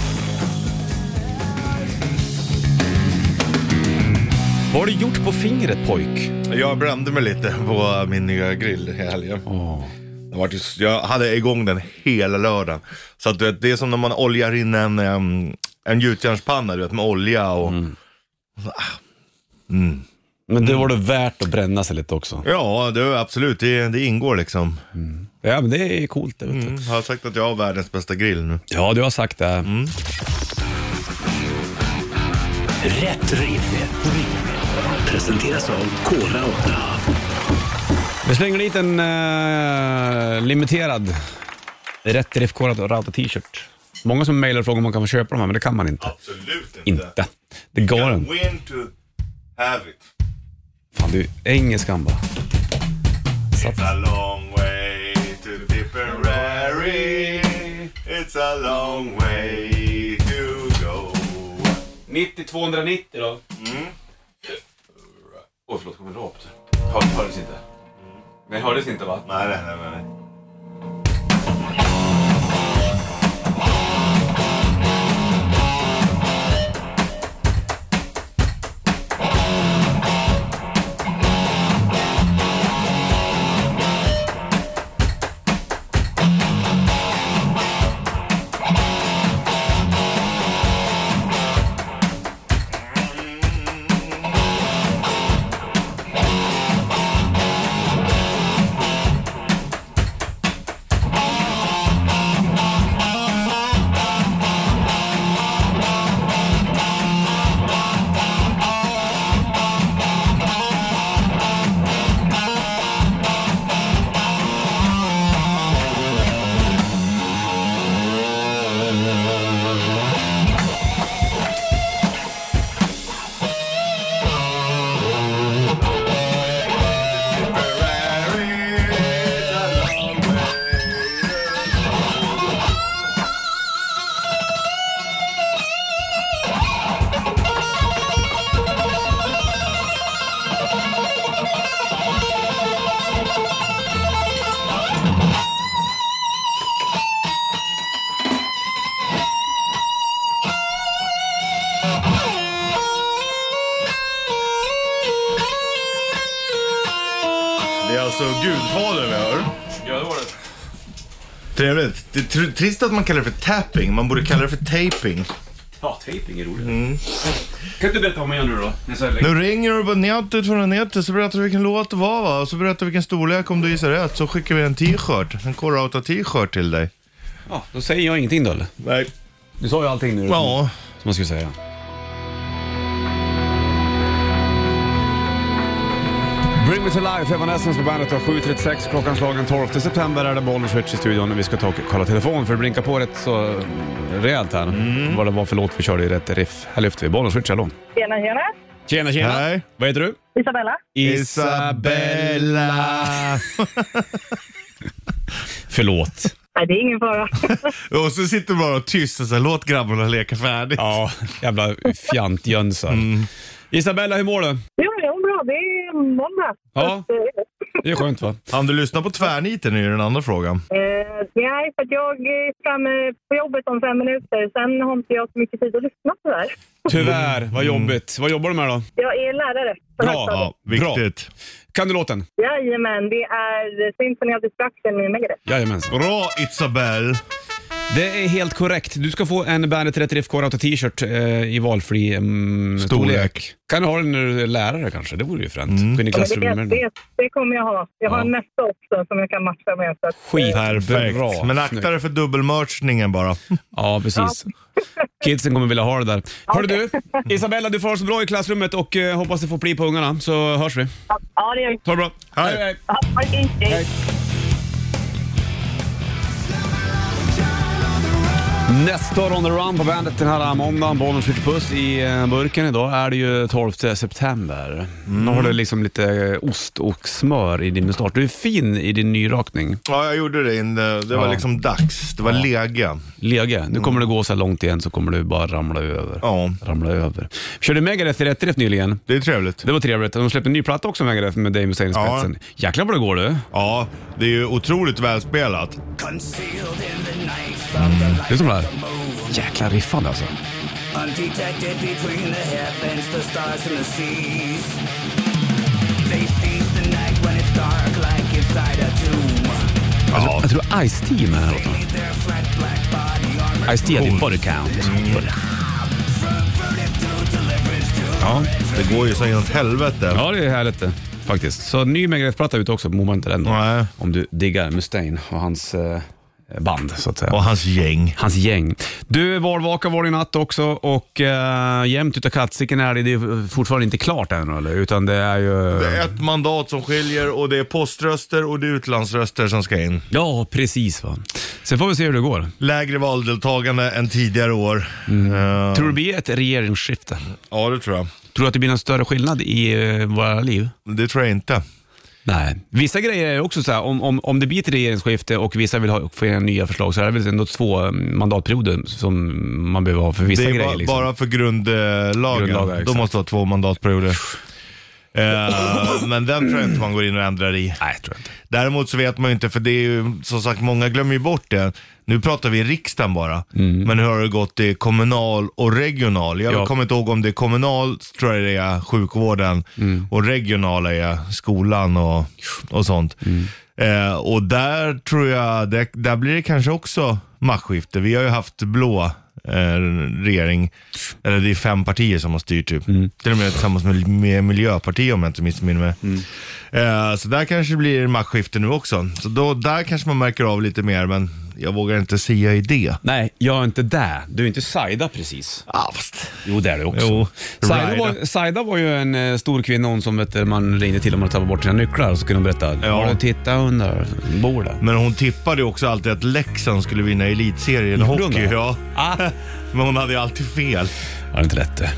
[SPEAKER 2] Vad har du gjort på fingret pojk?
[SPEAKER 3] Jag brände mig lite på min nya grill i helgen.
[SPEAKER 2] Oh.
[SPEAKER 3] Jag var ju- Jag hade igång den hela lördagen. Så att du vet, det är som när man oljar in en, em, en gjutjärnspanna du vet, med olja och...
[SPEAKER 2] Mm.
[SPEAKER 3] Så, ah. Mm.
[SPEAKER 2] Men det var det värt att bränna sig lite också.
[SPEAKER 3] Ja, det är absolut. Det, det ingår liksom.
[SPEAKER 2] Ja, men det är coolt. Det, vet du.
[SPEAKER 3] Mm. Jag har sagt att jag har världens bästa grill nu.
[SPEAKER 2] Ja, du har sagt det.
[SPEAKER 1] Rätt riff. Presenteras av Kora åtta.
[SPEAKER 2] Vi slänger dit en uh, limiterad Rätt Riff Core Rauta t-shirt. Många som mejlar och frågar om man kan få köpa de här, men det kan man inte.
[SPEAKER 3] Absolut
[SPEAKER 2] Inte. Det går inte.
[SPEAKER 3] Win to have it.
[SPEAKER 2] Fan, du är engelskan bara.
[SPEAKER 3] It's a long way to Tipperary. It's a long way to go.
[SPEAKER 2] nittio tvåhundranittio då. Mm. Åh, förlåt, kommer rakt. Hör, hördes inte. Nej, hördes inte va?
[SPEAKER 3] Nej, nej, nej, nej. Det är alltså Gudfadern vi hör.
[SPEAKER 2] Ja, det var det.
[SPEAKER 3] Trevligt. Det är tr- trist att man kallar det för tapping. Man borde kalla det för taping.
[SPEAKER 2] Ja, taping är roligt. Mm. Kan du berätta vad man gör nu då?
[SPEAKER 3] Nu ringer du på nätet från nätet så berättar du vilken låt det var va? Och så berättar du vilken storlek om du gissar rätt. Så skickar vi en t-shirt. En K-Rauta t-shirt till dig.
[SPEAKER 2] Ja, då säger jag ingenting då eller?
[SPEAKER 3] Nej.
[SPEAKER 2] Du sa ju allting nu.
[SPEAKER 3] Ja.
[SPEAKER 2] Som man skulle säga. Bring Me To Life, Evanescence på bandet och sju trettiosex, klockan slagen tolfte september är det Bollnäs Ritch i studion och vi ska ta och kolla telefon för det blinkar på rätt så rejält här. Mm. Vad det var för låt vi körde i rätt riff. Här lyfter vi. Bollnäs Ritch, hallå.
[SPEAKER 4] Tjena, tjena.
[SPEAKER 2] Tjena, tjena.
[SPEAKER 3] Hej.
[SPEAKER 2] Vad heter du?
[SPEAKER 4] Isabella.
[SPEAKER 2] Isabella. Förlåt.
[SPEAKER 4] Nej, det är ingen fara.
[SPEAKER 3] Och så sitter du bara och tyst och så här, låt grabbarna leka färdigt.
[SPEAKER 2] Ja, jävla fjantjönsar. Mm. Isabella, hur mår du?
[SPEAKER 4] Jo, jo, bra. Det är måndag.
[SPEAKER 2] Ja, det är skönt va?
[SPEAKER 3] Kan du lyssna på tvärniten nu i den andra frågan?
[SPEAKER 4] Eh, nej, för att jag är framme på jobbet om fem minuter. Sen har inte jag så mycket tid att lyssna på det här.
[SPEAKER 2] Tyvärr, vad jobbigt. Vad jobbar du med då?
[SPEAKER 4] Jag är lärare.
[SPEAKER 2] Bra, ja,
[SPEAKER 3] viktigt.
[SPEAKER 2] Bra. Kan du låten?
[SPEAKER 4] Jajamän, det är Symphony of Destruction i Megadeth.
[SPEAKER 2] Jajamän.
[SPEAKER 3] Bra, Isabel.
[SPEAKER 2] Det är helt korrekt. Du ska få en Bandet trettio Riff K-Rauta t-shirt eh, i valfri um, storlek. storlek. Kan du ha den när du är lärare kanske? Det vore ju fränt. Mm.
[SPEAKER 4] Ja, det, det, det kommer jag ha. Jag har ja. en nästa också som jag kan matcha med. Så att,
[SPEAKER 2] skit,
[SPEAKER 3] perfekt.
[SPEAKER 2] Bra.
[SPEAKER 3] Men akta dig för dubbelmerchningen bara.
[SPEAKER 2] Ja, precis. Ja. Kidsen kommer vilja ha det där. Hörru du, Isabella, du får ha så bra i klassrummet och uh, hoppas du får pli på ungarna, så hörs vi.
[SPEAKER 4] Ja, ja det gör vi.
[SPEAKER 2] Ta det bra.
[SPEAKER 3] Hej.
[SPEAKER 2] Hej, hej.
[SPEAKER 4] Ja, hej. Hej.
[SPEAKER 2] Nästa on the run på bandet den här måndagen, Bollnäs skjuter puss i burken. Idag är det ju tolfte september. Mm. Nu har du liksom lite ost och smör i din mustasch. Du är fin i din nyrakning.
[SPEAKER 3] Ja, jag gjorde det. In, det var ja. liksom dags. Det var ja. läge.
[SPEAKER 2] Läge. Nu kommer mm. det gå så här långt igen så kommer du bara ramla över.
[SPEAKER 3] Ja.
[SPEAKER 2] Ramla över. Vi körde Megadeth i rätt riff nyligen.
[SPEAKER 3] Det är trevligt.
[SPEAKER 2] Det var trevligt. De släppte en ny platta också, Megadeth, med Dave Mustaine i spetsen. Ja. Jäklar vad det går du.
[SPEAKER 3] Ja, det är ju otroligt välspelat.
[SPEAKER 2] Mm. Det är som det här. Jäkla riffande alltså. Jag tror, jag tror Ice-T med här låten. Ice-T hade body count. Mm.
[SPEAKER 3] Ja, det går ju så inåt helvete.
[SPEAKER 2] Ja, det är härligt faktiskt. Så ny Megadeth-platta ut också på momentet ändå.
[SPEAKER 3] Nej.
[SPEAKER 2] Om du diggar Mustaine och hans eh, band så att säga.
[SPEAKER 3] Och hans gäng.
[SPEAKER 2] Hans gäng. Du var vaka var i natt också och eh, jämt utav katsiken är det, det är fortfarande inte klart än eller? Utan det är ju...
[SPEAKER 3] Det är ett mandat som skiljer och det är poströster och det är utlandsröster som ska in.
[SPEAKER 2] Ja, precis va. Sen får vi se hur det går.
[SPEAKER 3] Lägre valdeltagande än tidigare år.
[SPEAKER 2] Mm. Uh... Tror du det blir ett regeringsskifte?
[SPEAKER 3] Ja, det tror jag.
[SPEAKER 2] Tror du att det blir någon större skillnad i uh, våra liv?
[SPEAKER 3] Det tror jag inte.
[SPEAKER 2] Nej. Vissa grejer är också så här, om, om, om det blir ett regeringsskifte och vissa vill ha, få in nya förslag, så är det väl ändå två mandatperioder som man behöver ha för vissa
[SPEAKER 3] det är
[SPEAKER 2] grejer.
[SPEAKER 3] ba-
[SPEAKER 2] liksom.
[SPEAKER 3] bara för grundlagen.
[SPEAKER 2] Grundlagar,
[SPEAKER 3] Då måste det vara två mandatperioder. uh, men den tror jag inte man går in och ändrar i.
[SPEAKER 2] Nej, tror jag inte.
[SPEAKER 3] Däremot så vet man ju inte, för det är ju som sagt, många glömmer ju bort det. Nu pratar vi i riksdagen bara. Mm. Men hur har det gått i kommunal och regional? Jag
[SPEAKER 2] ja.
[SPEAKER 3] kommer inte ihåg om det är kommunal, tror jag det är sjukvården. Mm. Och regionala är skolan och, och sånt. Mm. Eh, och där tror jag, det, där blir det kanske också maktskifte. Vi har ju haft blå eh, regering. Eller det är fem partier som har styrt typ. Mm. Till och med tillsammans med, med Miljöpartiet, om jag inte missminner mig. Mm. Eh, så där kanske det blir maktskifte nu också. Så då, där kanske man märker av lite mer, men jag vågar inte säga i det.
[SPEAKER 2] Nej, jag är inte där. Du är inte Saida precis.
[SPEAKER 3] Ah, fast...
[SPEAKER 2] Jo, det är det också.
[SPEAKER 3] Jo,
[SPEAKER 2] Saida, var, Saida var ju en eh, stor kvinna, hon som vet, man ringde till om man tappade bort sina nycklar, så kunde hon berätta.
[SPEAKER 3] Ja.
[SPEAKER 2] Har du tittat under bordet?
[SPEAKER 3] Men hon tippade ju också alltid att Leksand skulle vinna elitserien i hockey. Ja.
[SPEAKER 2] Ah.
[SPEAKER 3] Men hon hade ju alltid fel.
[SPEAKER 2] Jag har inte rätt det.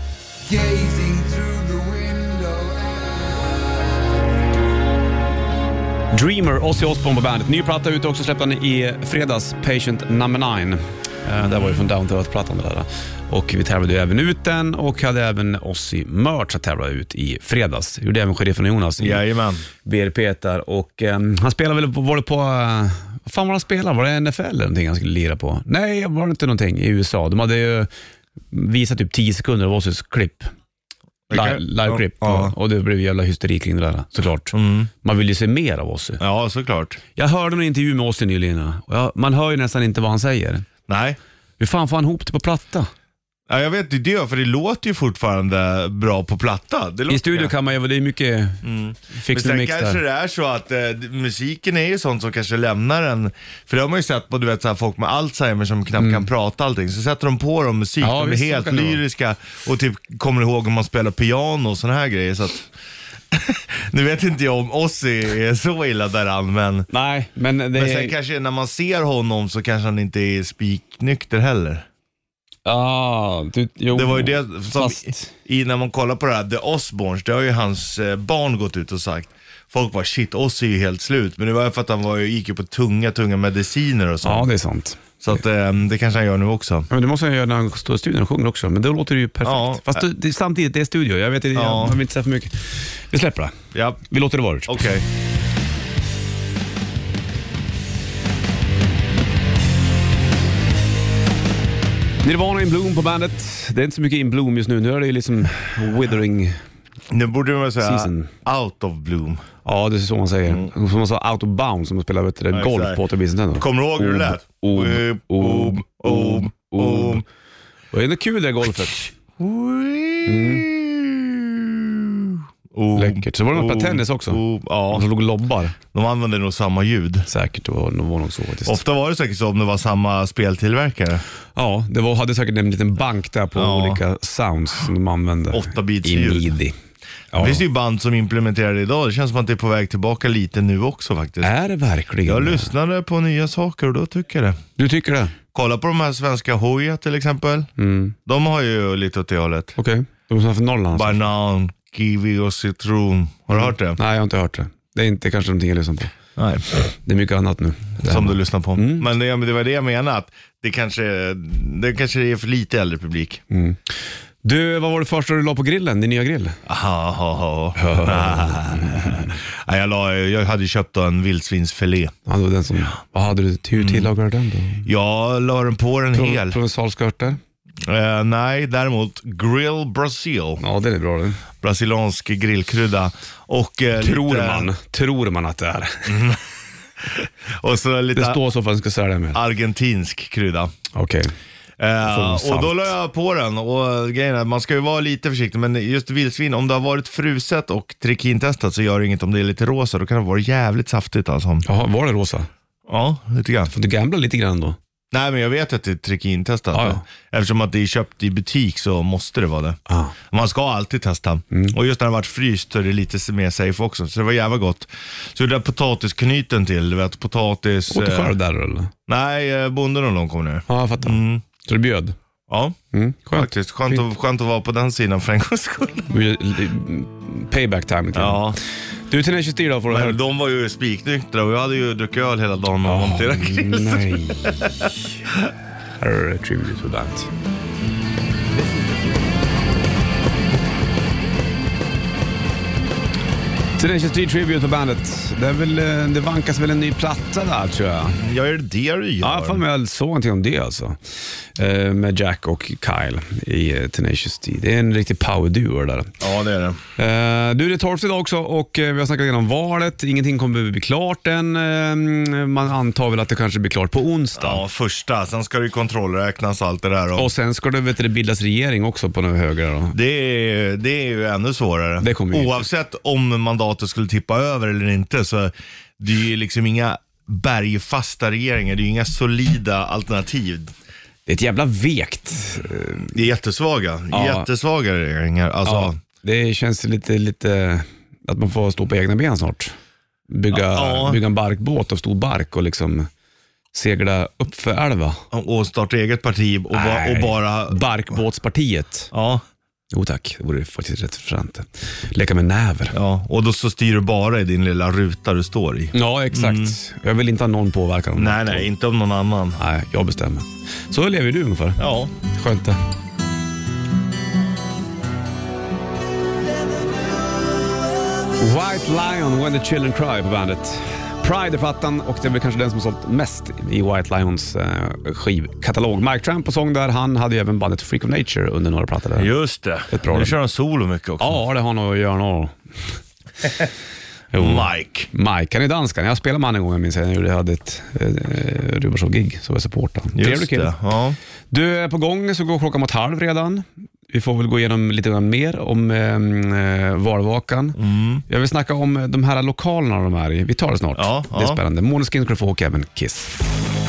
[SPEAKER 2] Dreamer, Ozzy Osbourne på bandet. Ny platta ute också, släppte han i fredags, Patient number nine. Uh, det var ju från Down to Earth-plattan där. Och vi tävlade ju även ut den och hade även Ozzy merch att tävla ut i fredags. Gjorde även Sheriffen och Jonas i
[SPEAKER 3] Jajamän.
[SPEAKER 2] B R P där. Och um, han spelade väl på, var det på, uh, vad fan var han spelade? Var det N F L eller någonting han skulle lira på? Nej, var det inte någonting i U S A. De hade ju visat typ tio sekunder av Ozzys klipp. Live, live-klipp.
[SPEAKER 3] Ja.
[SPEAKER 2] Och det blev jävla hysteri kring det där, såklart. Mm. Man vill ju se mer av Ozzy.
[SPEAKER 3] Ja, såklart.
[SPEAKER 2] Jag hörde en intervju med Ozzy nyligen. Och jag, man hör ju nästan inte vad han säger.
[SPEAKER 3] Nej.
[SPEAKER 2] Hur fan får han ihop det på platta?
[SPEAKER 3] Ja, jag vet inte det, för det låter ju fortfarande bra på platta. Det låter
[SPEAKER 2] I studio kan man ju, det är mycket
[SPEAKER 3] mm.
[SPEAKER 2] fix and mix där.
[SPEAKER 3] Kanske det är så att eh, musiken är ju sånt som kanske lämnar en, för det har man ju sett på, du vet, så här, folk med Alzheimer som knappt mm. kan prata allting, så sätter de på dem musik,
[SPEAKER 2] ja,
[SPEAKER 3] de är
[SPEAKER 2] visst,
[SPEAKER 3] helt lyriska och typ kommer ihåg om man spelar piano och såna här grejer, så att nu vet inte jag om Ozzy är så illa däran, men
[SPEAKER 2] nej, men, det
[SPEAKER 3] men sen
[SPEAKER 2] är...
[SPEAKER 3] kanske när man ser honom så kanske han inte är spiknykter heller.
[SPEAKER 2] Ah, du, jo,
[SPEAKER 3] det var ju det som
[SPEAKER 2] fast...
[SPEAKER 3] i, när man kollar på det här The Osbournes, det har ju hans eh, barn gått ut och sagt. Folk bara, shit, Ozzy är ju helt slut. Men det var ju för att han var, gick ju på tunga, tunga mediciner och sånt.
[SPEAKER 2] Ja, det är sant.
[SPEAKER 3] Så att, eh, det kanske han gör nu också.
[SPEAKER 2] Ja, men det måste han göra när han står i studion och sjunger också. Men då låter det ju perfekt. Ja. Fast det, det, samtidigt, det är studio. Jag vet inte, ja. jag vill inte säga för mycket. Vi släpper det.
[SPEAKER 3] Ja.
[SPEAKER 2] Vi låter det vara.
[SPEAKER 3] Okej. Okay.
[SPEAKER 2] Nirvana In Bloom på bandet. Det är inte så mycket In Bloom just nu. Nu är det ju liksom withering.
[SPEAKER 3] Nu borde man säga
[SPEAKER 2] season.
[SPEAKER 3] Out of Bloom.
[SPEAKER 2] Ja, det är så man säger. Mm. Som man sa, out of bounds, som man spelar vet, ja, golf på återvisningen.
[SPEAKER 3] Kommer du ihåg hur det lät?
[SPEAKER 2] Om, om, om, om. Det är ändå kul det golfet. Mm. Oh, läckert. Så var det något oh, på tennis också. Oh, ja. De låg lobbar.
[SPEAKER 3] De använde nog samma ljud.
[SPEAKER 2] Säkert, det var, det var nog så faktiskt.
[SPEAKER 3] Ofta var det säkert så om det var samma speltillverkare.
[SPEAKER 2] Ja, det var, hade säkert en liten bank där på ja. olika sounds som de använde.
[SPEAKER 3] åtta bits
[SPEAKER 2] i
[SPEAKER 3] ljud.
[SPEAKER 2] midi. Ja.
[SPEAKER 3] Det finns ju band som implementerar det idag. Det känns som att det är på väg tillbaka lite nu också faktiskt.
[SPEAKER 2] Är det verkligen?
[SPEAKER 3] Jag lyssnade på nya saker och då tycker jag det.
[SPEAKER 2] Du tycker det?
[SPEAKER 3] Kolla på de här svenska Hoja till exempel. Mm. De har ju lite åt det hållet.
[SPEAKER 2] Okej, okay. De är från Norrland.
[SPEAKER 3] Banan, kiwi och citron. Har du
[SPEAKER 2] mm.
[SPEAKER 3] hört det?
[SPEAKER 2] Nej, jag har inte hört det. Det är inte kanske någonting jag lyssnar på.
[SPEAKER 3] Nej.
[SPEAKER 2] Det är mycket annat nu.
[SPEAKER 3] Som du lyssnar på. Mm. Men det, det var det jag menade, att det kanske, det kanske är för lite äldre publik.
[SPEAKER 2] Mm. Du, vad var det första du la på grillen, din nya grill?
[SPEAKER 3] Aha, ja, jag, la, jag hade köpt en vildsvinsfilé.
[SPEAKER 2] Ja, det var den som, vad hade du, hur tillagade den då?
[SPEAKER 3] Jag la den på den
[SPEAKER 2] Pro,
[SPEAKER 3] hel.
[SPEAKER 2] Provensalskörter?
[SPEAKER 3] Uh, nej, däremot Grill Brasil.
[SPEAKER 2] Ja, det är bra det.
[SPEAKER 3] Brasiliansk grillkrydda. Och, uh,
[SPEAKER 2] tror
[SPEAKER 3] lite...
[SPEAKER 2] man, tror man att det är.
[SPEAKER 3] Mm. Och så lite
[SPEAKER 2] det står så för att den ska sälja med.
[SPEAKER 3] Argentinsk krydda.
[SPEAKER 2] Okej. Okay.
[SPEAKER 3] Uh, och då la jag på den. Och grejen är, man ska ju vara lite försiktig. Men just vildsvin, om det har varit fruset och trikintestat så gör det inget om det är lite rosa. Då kan det vara jävligt saftigt alltså.
[SPEAKER 2] Jaha, var det rosa?
[SPEAKER 3] Ja, lite grann.
[SPEAKER 2] Får du gambla lite grann då?
[SPEAKER 3] Nej, men jag vet att det är trikintestat.
[SPEAKER 2] Ah, ja.
[SPEAKER 3] Eftersom att det är köpt i butik så måste det vara det.
[SPEAKER 2] Ah.
[SPEAKER 3] Man ska alltid testa. Mm. Och just när det har varit fryst så är det lite mer safe också. Så det var jävla gott. Så det där potatisknyten till, du vet, potatis...
[SPEAKER 2] Åt du själv där eller?
[SPEAKER 3] Nej, bonden och de kom ner.
[SPEAKER 2] Ja, jag fattar.
[SPEAKER 3] Mm.
[SPEAKER 2] Så du bjöd?
[SPEAKER 3] Ja,
[SPEAKER 2] Mm, skönt.
[SPEAKER 3] faktiskt. Skönt att, skönt att vara på den sidan för en gångs skull.
[SPEAKER 2] Payback time.
[SPEAKER 3] Ja.
[SPEAKER 2] Du, Tenacious D då får du höra.
[SPEAKER 3] Men de var ju spiknyktra och jag hade ju druckit öl hela dagen och oh, till krisen.
[SPEAKER 2] Nej. Här är det Tribute to that. Tenacious D Tribute på bandet. Det, är väl, det vankas väl en ny platta där, tror jag.
[SPEAKER 3] Ja, är det det du gör?
[SPEAKER 2] Ja, fan, jag såg någonting om det alltså. Eh, med Jack och Kyle i Tenacious D. Det är en riktig power-duo där.
[SPEAKER 3] Ja, det är det.
[SPEAKER 2] Eh, du, det är tolfte idag också och eh, vi har snackat om valet. Ingenting kommer att bli klart än. Eh, man antar väl att det kanske blir klart på onsdag.
[SPEAKER 3] Ja, första. Sen ska det ju kontrollräknas allt det där. Och,
[SPEAKER 2] och sen ska det, vet du, bildas regering också på den högra då.
[SPEAKER 3] Det är, det är ju ännu svårare.
[SPEAKER 2] Det kommer
[SPEAKER 3] Oavsett inte. Om mandatet skulle tippa över eller inte, så det är ju liksom inga bergfasta regeringar. Det är ju inga solida alternativ.
[SPEAKER 2] Det är ett jävla vekt.
[SPEAKER 3] Det är jättesvaga. Ja. Jättesvaga regeringar. Alltså.
[SPEAKER 2] Ja, det känns lite, lite att man får stå på egna ben snart. Bygga,
[SPEAKER 3] ja.
[SPEAKER 2] bygga en barkbåt av stor bark och liksom segla upp för älva.
[SPEAKER 3] Och starta eget parti och, ba, och bara...
[SPEAKER 2] Barkbåtspartiet.
[SPEAKER 3] Ja.
[SPEAKER 2] Jo tack, det vore faktiskt rätt fränt. Leka med näver.
[SPEAKER 3] Ja, och då så styr du bara i din lilla ruta du står i.
[SPEAKER 2] Ja, exakt. Mm. Jag vill inte ha någon påverkan om
[SPEAKER 3] Nej, nej, inte om någon annan.
[SPEAKER 2] Nej, jag bestämmer. Så lever du ungefär.
[SPEAKER 3] Ja.
[SPEAKER 2] Skönt det. White Lion, When the Children Cry på bandet. Pride är plattan och det är väl kanske den som har sålt mest i White Lions eh, skivkatalog. Mike Tramp på sång där, han hade ju även bandet Freak of Nature under några plattor där.
[SPEAKER 3] Just det, nu kör han solo mycket också.
[SPEAKER 2] Ja, det har nog att göra något.
[SPEAKER 3] Mike.
[SPEAKER 2] Mike, han är danskan. Jag spelade med han en gång, jag minns jag. Jag hade ett eh, Rubershow-gig, så var jag supportade.
[SPEAKER 3] Just det, ja.
[SPEAKER 2] Du är på gång, så går klockan mot halv redan. Vi får väl gå igenom lite grann mer om eh, valvakan. Mm. Jag vill snacka om de här lokalerna de är i. Vi tar det snart.
[SPEAKER 3] Ja,
[SPEAKER 2] det är
[SPEAKER 3] ja.
[SPEAKER 2] spännande. Måneskin ska få och även Kiss.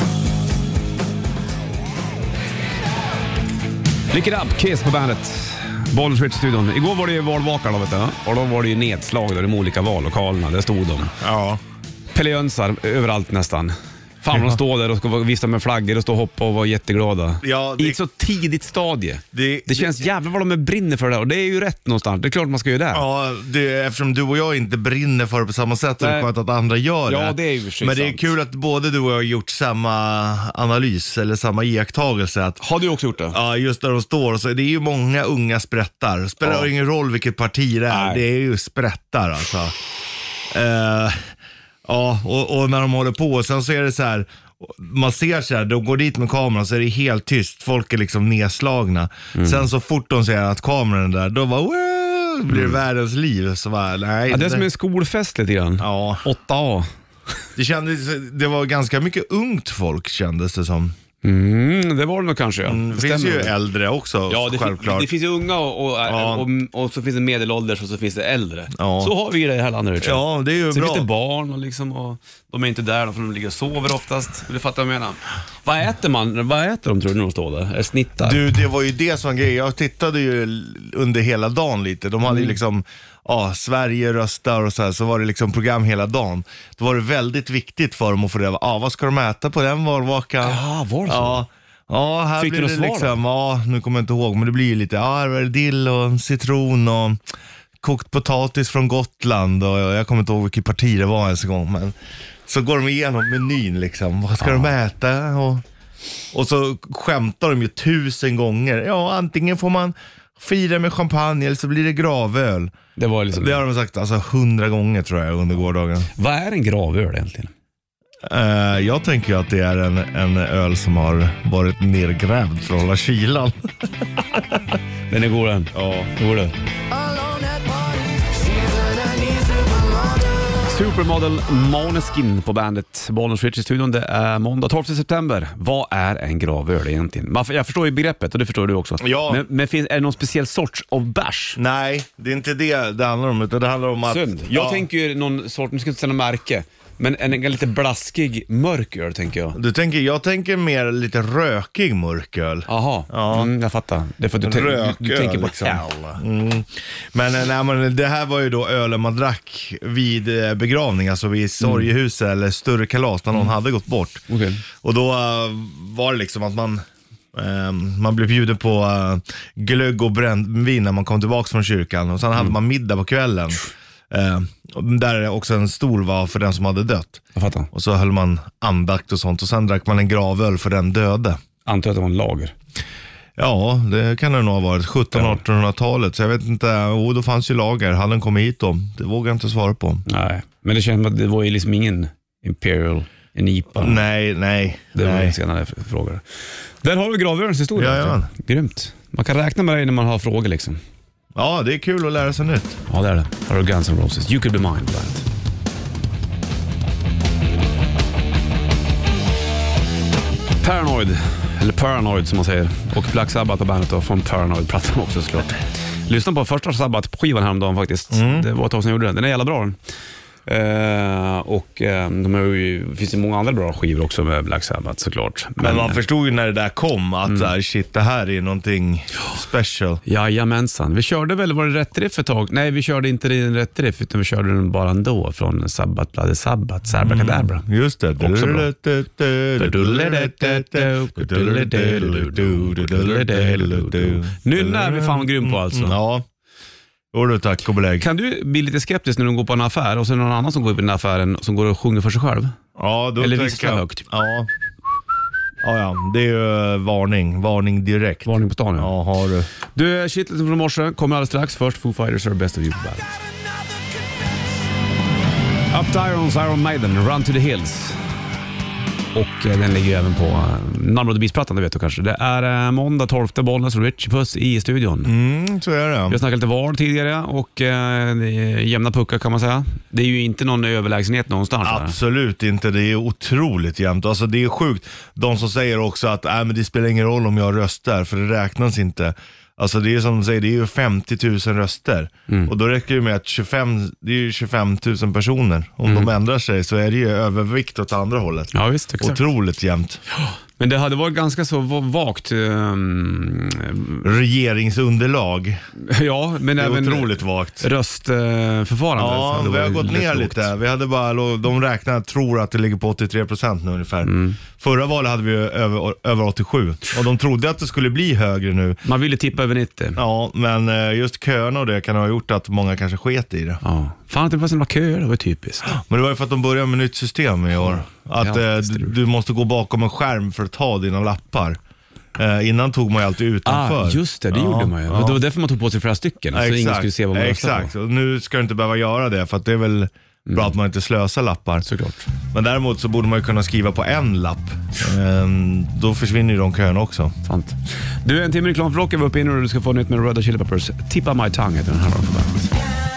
[SPEAKER 2] Lick it up, Kiss på bandet. Bollnäs Ritz-studion. Igår var det ju valvakan då, vet du. Och då var det ju nedslag där, de olika vallokalerna. Där stod de.
[SPEAKER 3] Ja.
[SPEAKER 2] Pelejönsar överallt nästan. Fan, de står där och ska vifta med flaggor och stå och hoppa och vara jätteglada.
[SPEAKER 3] Ja, det...
[SPEAKER 2] I ett så tidigt stadie. Det, det känns
[SPEAKER 3] det...
[SPEAKER 2] jävlar vad de är brinner för det där. Och det är ju rätt någonstans. Det är klart man ska göra det.
[SPEAKER 3] Ja, det, eftersom du och jag inte brinner för det på samma sätt, så är det skönt att andra gör det.
[SPEAKER 2] Ja, det är ju
[SPEAKER 3] Men det är sant. Kul att både du och jag har gjort samma analys eller samma iakttagelse. Att,
[SPEAKER 2] har du också gjort det?
[SPEAKER 3] Ja, just där de står. Så det är ju många unga sprättar. Spelar ja. ingen roll vilket parti det är. Nej. Det är ju sprättar alltså. Uh, ja, och, och när de håller på, sen så är det så här. Man ser så här, de går dit med kameran så är det helt tyst. Folk är liksom nedslagna. Mm. Sen så fort de ser att kameran är där, då bara wow, blir det mm. världens liv. Så bara, nej,
[SPEAKER 2] ja, det är som en skolfest lite grann.
[SPEAKER 3] Ja.
[SPEAKER 2] åtta A.
[SPEAKER 3] Det kändes, det var ganska mycket ungt folk kändes det som.
[SPEAKER 2] Mm, det var det nog kanske, ja.
[SPEAKER 3] Mm, det finns ju äldre också,
[SPEAKER 2] ja, det
[SPEAKER 3] självklart.
[SPEAKER 2] Fin- det finns ju unga och, och, ja. och, och, och så finns det medelålders och så finns det äldre. Ja. Så har vi det här landet.
[SPEAKER 3] Ja, det är ju
[SPEAKER 2] så
[SPEAKER 3] bra.
[SPEAKER 2] Så finns det barn och, liksom, och de är inte där för de ligger och sover oftast. Du fattar vad jag menar. Vad äter man? Vad äter de tror du när de står där? Är det snittar?
[SPEAKER 3] Du, det var ju det som grej. Jag tittade ju under hela dagen lite. De hade mm. ju liksom... Ja, Sverige röstar och så här, så var det liksom program hela dagen. Då var det väldigt viktigt för dem att få reda, ah, vad ska de äta på den valvakan?
[SPEAKER 2] Ja, var det så?
[SPEAKER 3] Ja, ja här
[SPEAKER 2] fick
[SPEAKER 3] blir
[SPEAKER 2] du
[SPEAKER 3] det
[SPEAKER 2] svar
[SPEAKER 3] liksom, då? Ja, nu kommer jag inte ihåg, men det blir ju lite, ja, här är det dill och citron och kokt potatis från Gotland och jag kommer inte ihåg vilket parti det var ens en gång, men så går de igenom menyn liksom, vad ska ja. de äta? Och, och så skämtar de ju tusen gånger, ja, antingen får man fira med champagne eller så blir det gravöl.
[SPEAKER 2] Det, var liksom...
[SPEAKER 3] det har de sagt alltså hundra gånger tror jag under gårdagen.
[SPEAKER 2] Vad är en gravöl egentligen?
[SPEAKER 3] Uh, jag tänker att det är en, en öl som har varit nergrävd för att hålla kylan.
[SPEAKER 2] Den är god den.
[SPEAKER 3] Ja,
[SPEAKER 2] god den. Supermodel Måneskin på bandet Bollnäs Ritz-studion. Det är måndag tolfte september. Vad är en gravöl egentligen? Jag förstår ju begreppet och det förstår du också.
[SPEAKER 3] Ja.
[SPEAKER 2] Men, men finns, är det någon speciell sorts av bärs?
[SPEAKER 3] Nej, det är inte det det handlar om, utan det handlar om att...
[SPEAKER 2] Synd. Jag ja. tänker ju någon sort, nu ska jag inte säga någon märke, men en, en lite blaskig mörköl tänker jag.
[SPEAKER 3] Du tänker, jag tänker mer lite rökig mörköl.
[SPEAKER 2] Jaha, ja. mm, jag fattar. Det är för att du,
[SPEAKER 3] rököl,
[SPEAKER 2] du, du tänker på
[SPEAKER 3] liksom.
[SPEAKER 2] hell.
[SPEAKER 3] Mm. Men, nej, men det här var ju då ölen man drack vid begravning, alltså vid sorgehus mm. eller större kalas när någon mm. hade gått bort.
[SPEAKER 2] Okay.
[SPEAKER 3] Och då uh, var det liksom att man... Eh, man blev bjuden på uh, glögg och brännvin när man kom tillbaka från kyrkan. Och sen mm. hade man middag på kvällen. Eh, där är också en stol var för den som hade dött.
[SPEAKER 2] Jag fattar.
[SPEAKER 3] Och så höll man andakt och sånt. Och sen drack man en gravöl för den döde.
[SPEAKER 2] Antar att det var en lager.
[SPEAKER 3] Ja, det kan det nog ha varit sjuttonhundra-artonhundratalet. Så jag vet inte, oh, då fanns ju lager. Hade den kommit hit då? Det vågar jag inte svara på.
[SPEAKER 2] Nej, men det känns som att det var ju liksom ingen Imperial, en I P A.
[SPEAKER 3] Nej, nej.
[SPEAKER 2] Det var
[SPEAKER 3] nej.
[SPEAKER 2] en senare fråga. Där har vi gravörens historia.
[SPEAKER 3] Ja, ja.
[SPEAKER 2] Grymt. Man kan räkna med dig när man har frågor liksom.
[SPEAKER 3] Ja, det är kul att lära sig nytt.
[SPEAKER 2] Ja, det är det. Här har du Guns N' Roses. You Could Be Mine, bland. Paranoid, eller Paranoid som man säger. Och Black Sabbath på bandet då, från Paranoid-plattan också såklart. Lyssna på första Sabbath-skivan häromdagen faktiskt. Mm. Det var ett tag sedan jag gjorde den. Den är jävla bra den. Uh, och uh, de har ju, det finns ju många andra bra skivor också med Black Sabbath såklart.
[SPEAKER 3] Men, Men man förstod ju när det där kom att mm. där, shit, det här är någonting special.
[SPEAKER 2] Jajamensan. Vi körde väl, var det rätt riff ett tag? Nej, vi körde inte den rätt riff utan vi körde den bara ändå från Sabbath, Bloody Sabbath, Sabrakadabra.
[SPEAKER 3] Mm. Just det.
[SPEAKER 2] Också bra. Nynna är vi fan grym på alltså.
[SPEAKER 3] Ja. Du, tack och belägg.
[SPEAKER 2] Kan du bli lite skeptisk när du går på en affär och så är det någon annan som går på den affären som går och sjunger för sig själv?
[SPEAKER 3] Ja, då
[SPEAKER 2] eller visslar högt.
[SPEAKER 3] Ja. Ja, ja, det är ju varning. Varning direkt.
[SPEAKER 2] Varning på stan, ja.
[SPEAKER 3] Ja, har du.
[SPEAKER 2] Du, shitleten från morse kommer alldeles strax. Först Foo Fighters are best of you på bandet. Up to Irons, Iron Maiden, Run to the Hills. Och eh, den ligger ju även på uh, Number of the Beast-plattan, det vet du kanske. Det är uh, måndag tolfte, Bollnäs och Rich Puss i studion.
[SPEAKER 3] Mm, så är det.
[SPEAKER 2] Vi har snackat lite var tidigare och uh, det är jämna puckar kan man säga. Det är ju inte någon överlägsenhet någonstans.
[SPEAKER 3] Absolut där. Inte, det är otroligt jämnt. Alltså det är sjukt. De som säger också att äh, men det spelar ingen roll om jag röstar, för det räknas inte. Alltså det är som de säger, det är ju femtio tusen röster. Mm. Och då räcker det med att tjugofem, det är ju tjugofem tusen personer. Om mm. de ändrar sig så är det ju övervikt åt andra hållet.
[SPEAKER 2] Ja, visst, exakt.
[SPEAKER 3] Otroligt jämnt.
[SPEAKER 2] Ja, men det hade varit ganska så vagt um,
[SPEAKER 3] regeringsunderlag.
[SPEAKER 2] Ja, men
[SPEAKER 3] det är
[SPEAKER 2] även
[SPEAKER 3] otroligt vagt.
[SPEAKER 2] Röstförfarande.
[SPEAKER 3] Ja, vi har gått ner lågt. lite. Vi hade bara, de räknar, tror att det ligger på åttiotre procent nu ungefär. Mm. Förra valet hade vi över, över åttiosju. Och de trodde att det skulle bli högre nu.
[SPEAKER 2] Man ville tippa över nittio.
[SPEAKER 3] Ja, men just köerna och det kan ha gjort att många kanske sket i det.
[SPEAKER 2] Ja. Fan, det var sådana köer, det var typiskt.
[SPEAKER 3] Men det var ju för att de började med nytt system i år. Att ja, eh, du, du måste gå bakom en skärm för att ta dina lappar. Eh, innan tog man ju alltid utanför.
[SPEAKER 2] Ah, just det, det ja, gjorde man ju. Ja. Det var därför man tog på sig flera stycken. Så
[SPEAKER 3] exakt,
[SPEAKER 2] ingen skulle se vad man röstade på.
[SPEAKER 3] Exakt, och nu ska du inte behöva göra det. För att det är väl bra mm. att man inte slösar lappar.
[SPEAKER 2] Såklart.
[SPEAKER 3] Men däremot så borde man ju kunna skriva på en lapp. Eh, då försvinner ju de köerna också.
[SPEAKER 2] Sant. Du, en timme reklam för rock är vi uppe in och du ska få nytt med Red Hot Chili Peppers. Tippa My Tongue heter den här på bandet.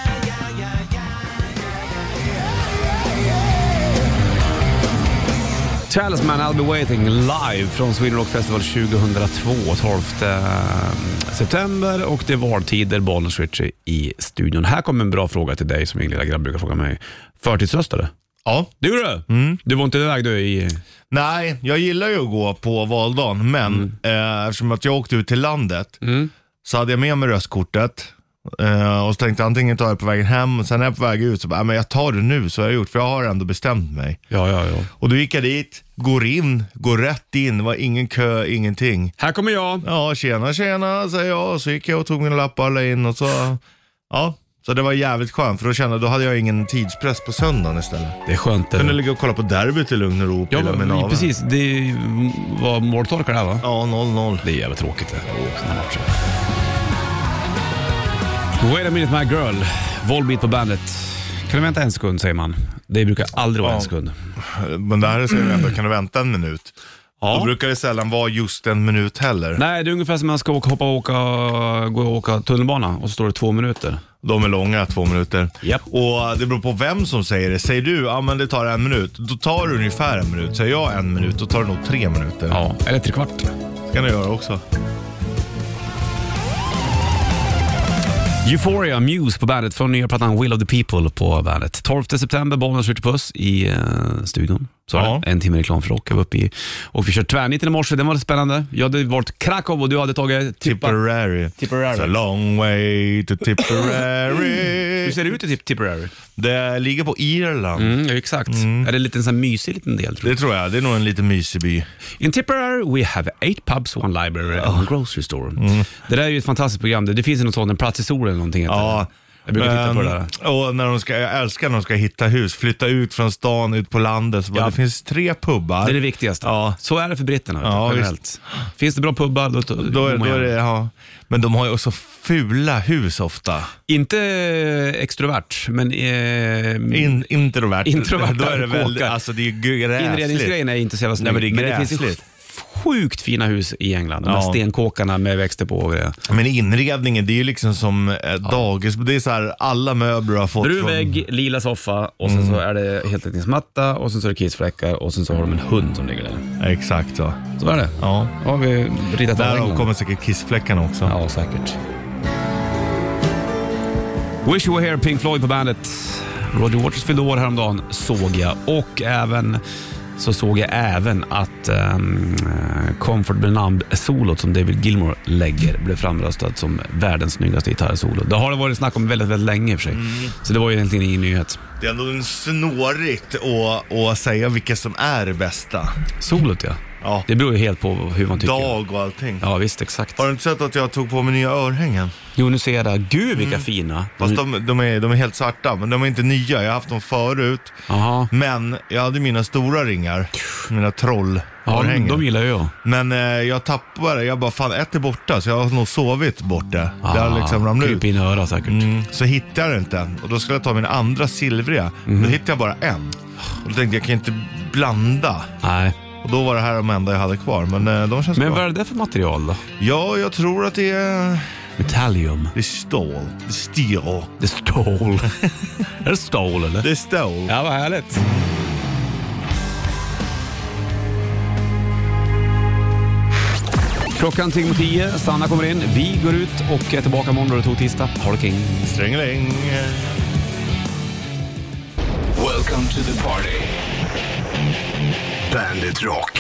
[SPEAKER 2] Talisman, I'll be waiting live från Sweden Rock Festival tjugohundratvå, tolfte september, och det var tider Bollnäs Ritchie i studion. Här kommer en bra fråga till dig som min lilla grabb brukar fråga mig. Förtidsröstade?
[SPEAKER 3] Ja.
[SPEAKER 2] Det gjorde du? Mm. Du var inte iväg du i...
[SPEAKER 3] Nej, jag gillar ju att gå på valdagen, men mm. eh, eftersom att jag åkte ut till landet mm. så hade jag med mig röstkortet. Uh, och så tänkte jag antingen ta det på vägen hem och sen är jag på väg ut så bara, men jag tar det nu, så har jag gjort, för jag har ändå bestämt mig.
[SPEAKER 2] Ja, ja, ja.
[SPEAKER 3] Och då gick jag dit, går in, går rätt in, det var ingen kö, ingenting.
[SPEAKER 2] Här kommer jag.
[SPEAKER 3] Ja, tjena, tjena, säger jag, och så gick jag och tog mina lappar och la in och så, ja. Så det var jävligt skönt, för då kände jag, då hade jag ingen tidspress på söndagen istället.
[SPEAKER 2] Det är skönt.
[SPEAKER 3] Kunde ligga och kolla på derbyt i lugn och ro.
[SPEAKER 2] Ja, men, precis, det var måltorkar där va?
[SPEAKER 3] Ja, noll noll.
[SPEAKER 2] Det är jävligt tråkigt det. Oh, Wait a minute my girl, Volbeat på bandet. Kan du vänta en sekund, säger man. Det brukar aldrig vara ja. en sekund.
[SPEAKER 3] Men där säger du ändå, kan du vänta en minut? Ja. Då brukar det sällan vara just en minut heller.
[SPEAKER 2] Nej, det är ungefär som man ska åka, hoppa och åka, gå och åka tunnelbana och så står det två minuter.
[SPEAKER 3] De är långa, två minuter.
[SPEAKER 2] Yep.
[SPEAKER 3] Och det beror på vem som säger det. Säger du, ja men det tar en minut, då tar du ungefär en minut. Säger jag en minut, då tar det nog tre minuter.
[SPEAKER 2] Ja, eller tre kvart.
[SPEAKER 3] Det kan du göra också.
[SPEAKER 2] Euphoria, Muse på bandet från nya plattan Will of the People på bandet. tolfte september, Bollnäs Ritchie Puss i uh, studion. Så
[SPEAKER 3] Ja.
[SPEAKER 2] en timme reklam för rock jag var uppe i. Och vi körde tvärnitten i morse, den var spännande. Jag hade varit Krakow och du hade tagit Tippa.
[SPEAKER 3] Tipperary.
[SPEAKER 2] Tipperary.
[SPEAKER 3] It's a long way to Tipperary.
[SPEAKER 2] Hur ser det ut i Tip- Tipperary?
[SPEAKER 3] Det ligger på Irland.
[SPEAKER 2] Mm, ja, exakt. Är det en liten sån här mysig liten del, tror jag?
[SPEAKER 3] Det tror jag, det är nog en liten mysig by.
[SPEAKER 2] In Tipperary we have eight pubs, one library and one grocery store. Det där är ju ett fantastiskt program. Det, det finns ju något sånt, en plats i solen eller någonting. heter
[SPEAKER 3] Ja.
[SPEAKER 2] det. Jag brukar titta på det där.
[SPEAKER 3] Och när de ska, jag älskar när de ska hitta hus, flytta ut från stan, ut på landet. Så bara,
[SPEAKER 2] Ja.
[SPEAKER 3] det finns tre pubbar.
[SPEAKER 2] Det är det viktigaste.
[SPEAKER 3] Ja.
[SPEAKER 2] Så är det för britterna.
[SPEAKER 3] Ja,
[SPEAKER 2] Ja, generellt. Finns det bra pubbar, då, då,
[SPEAKER 3] Då är,
[SPEAKER 2] går man
[SPEAKER 3] då är
[SPEAKER 2] gärna.
[SPEAKER 3] det, ja. Men de har ju också fula hus ofta.
[SPEAKER 2] Inte extrovert, men eh,
[SPEAKER 3] In, introvert.
[SPEAKER 2] Introverta
[SPEAKER 3] Då är det väl,
[SPEAKER 2] kåkar.
[SPEAKER 3] alltså det är gräsligt.
[SPEAKER 2] inredningsgrejen är inte så jävla snygg.
[SPEAKER 3] Nej, men det är
[SPEAKER 2] det finns ju
[SPEAKER 3] gräsligt.
[SPEAKER 2] sjukt fina hus i England. De här
[SPEAKER 3] Ja.
[SPEAKER 2] stenkåkarna med växter på och grejer.
[SPEAKER 3] Men inredningen, det är ju liksom som eh, dagis. Det är så här, alla möbler har fått
[SPEAKER 2] Brun
[SPEAKER 3] från...
[SPEAKER 2] vägg, lila soffa och sen så är det heltäckningsmatta och sen så är det kissfläckar och sen så har de en hund som ligger där.
[SPEAKER 3] Exakt så.
[SPEAKER 2] Så är det.
[SPEAKER 3] Ja.
[SPEAKER 2] Då har vi ritat av
[SPEAKER 3] Där
[SPEAKER 2] England.
[SPEAKER 3] kommer säkert kissfläckarna också.
[SPEAKER 2] Ja, säkert. Wish You Were Here, Pink Floyd på bandet. Roger Waters fyllde år häromdagen, såg jag. Och även så såg jag även att um, Comfortable Numb-solot som David Gilmour lägger blev framröstad som världens snyggaste gitarrsolo. Det har det varit snack om väldigt, väldigt länge i och för sig. Mm. Så det var ju egentligen ingen nyhet.
[SPEAKER 3] Det är ändå en snårigt att, att säga vilka som är det bästa.
[SPEAKER 2] Solot, ja.
[SPEAKER 3] Ja.
[SPEAKER 2] Det beror ju helt på hur man tycker.
[SPEAKER 3] Dag och allting.
[SPEAKER 2] Ja, visst, exakt.
[SPEAKER 3] Har du inte sett att jag tog på mig nya örhängen?
[SPEAKER 2] Jo, nu ser jag det. Gud, vilka fina.
[SPEAKER 3] Fast de, de, är, de är helt svarta, men de är inte nya. Jag har haft dem förut.
[SPEAKER 2] Aha.
[SPEAKER 3] Men jag hade mina stora ringar. Mina troll.
[SPEAKER 2] Ja, de, de gillar jag.
[SPEAKER 3] Men eh, jag tappade, jag bara fan ett är borta, så jag har nog sovit bort det. Det har liksom ramlat ut.
[SPEAKER 2] Kryp in i öra säkert.
[SPEAKER 3] Mm, så hittade jag det inte. Och då skulle jag ta min andra silvriga.
[SPEAKER 2] Mm.
[SPEAKER 3] Då hittade jag bara en. Och då tänkte jag, jag kan inte blanda.
[SPEAKER 2] Nej.
[SPEAKER 3] Och då var det här de enda jag hade kvar. Men eh, de känns
[SPEAKER 2] Men
[SPEAKER 3] bra.
[SPEAKER 2] vad är det för material då?
[SPEAKER 3] Ja, jag tror att det är...
[SPEAKER 2] Metallium.
[SPEAKER 3] Det är stål. Det är steel.
[SPEAKER 2] Det är stål. Är det stål eller?
[SPEAKER 3] Det är stål.
[SPEAKER 2] Ja, vad härligt. Klockan ting mot tio, Sanna kommer in. Vi går ut och är tillbaka imorgon då det tog tisdag. Ha det king.
[SPEAKER 3] Strängeläng.
[SPEAKER 1] Welcome to the party. Bandit Rock.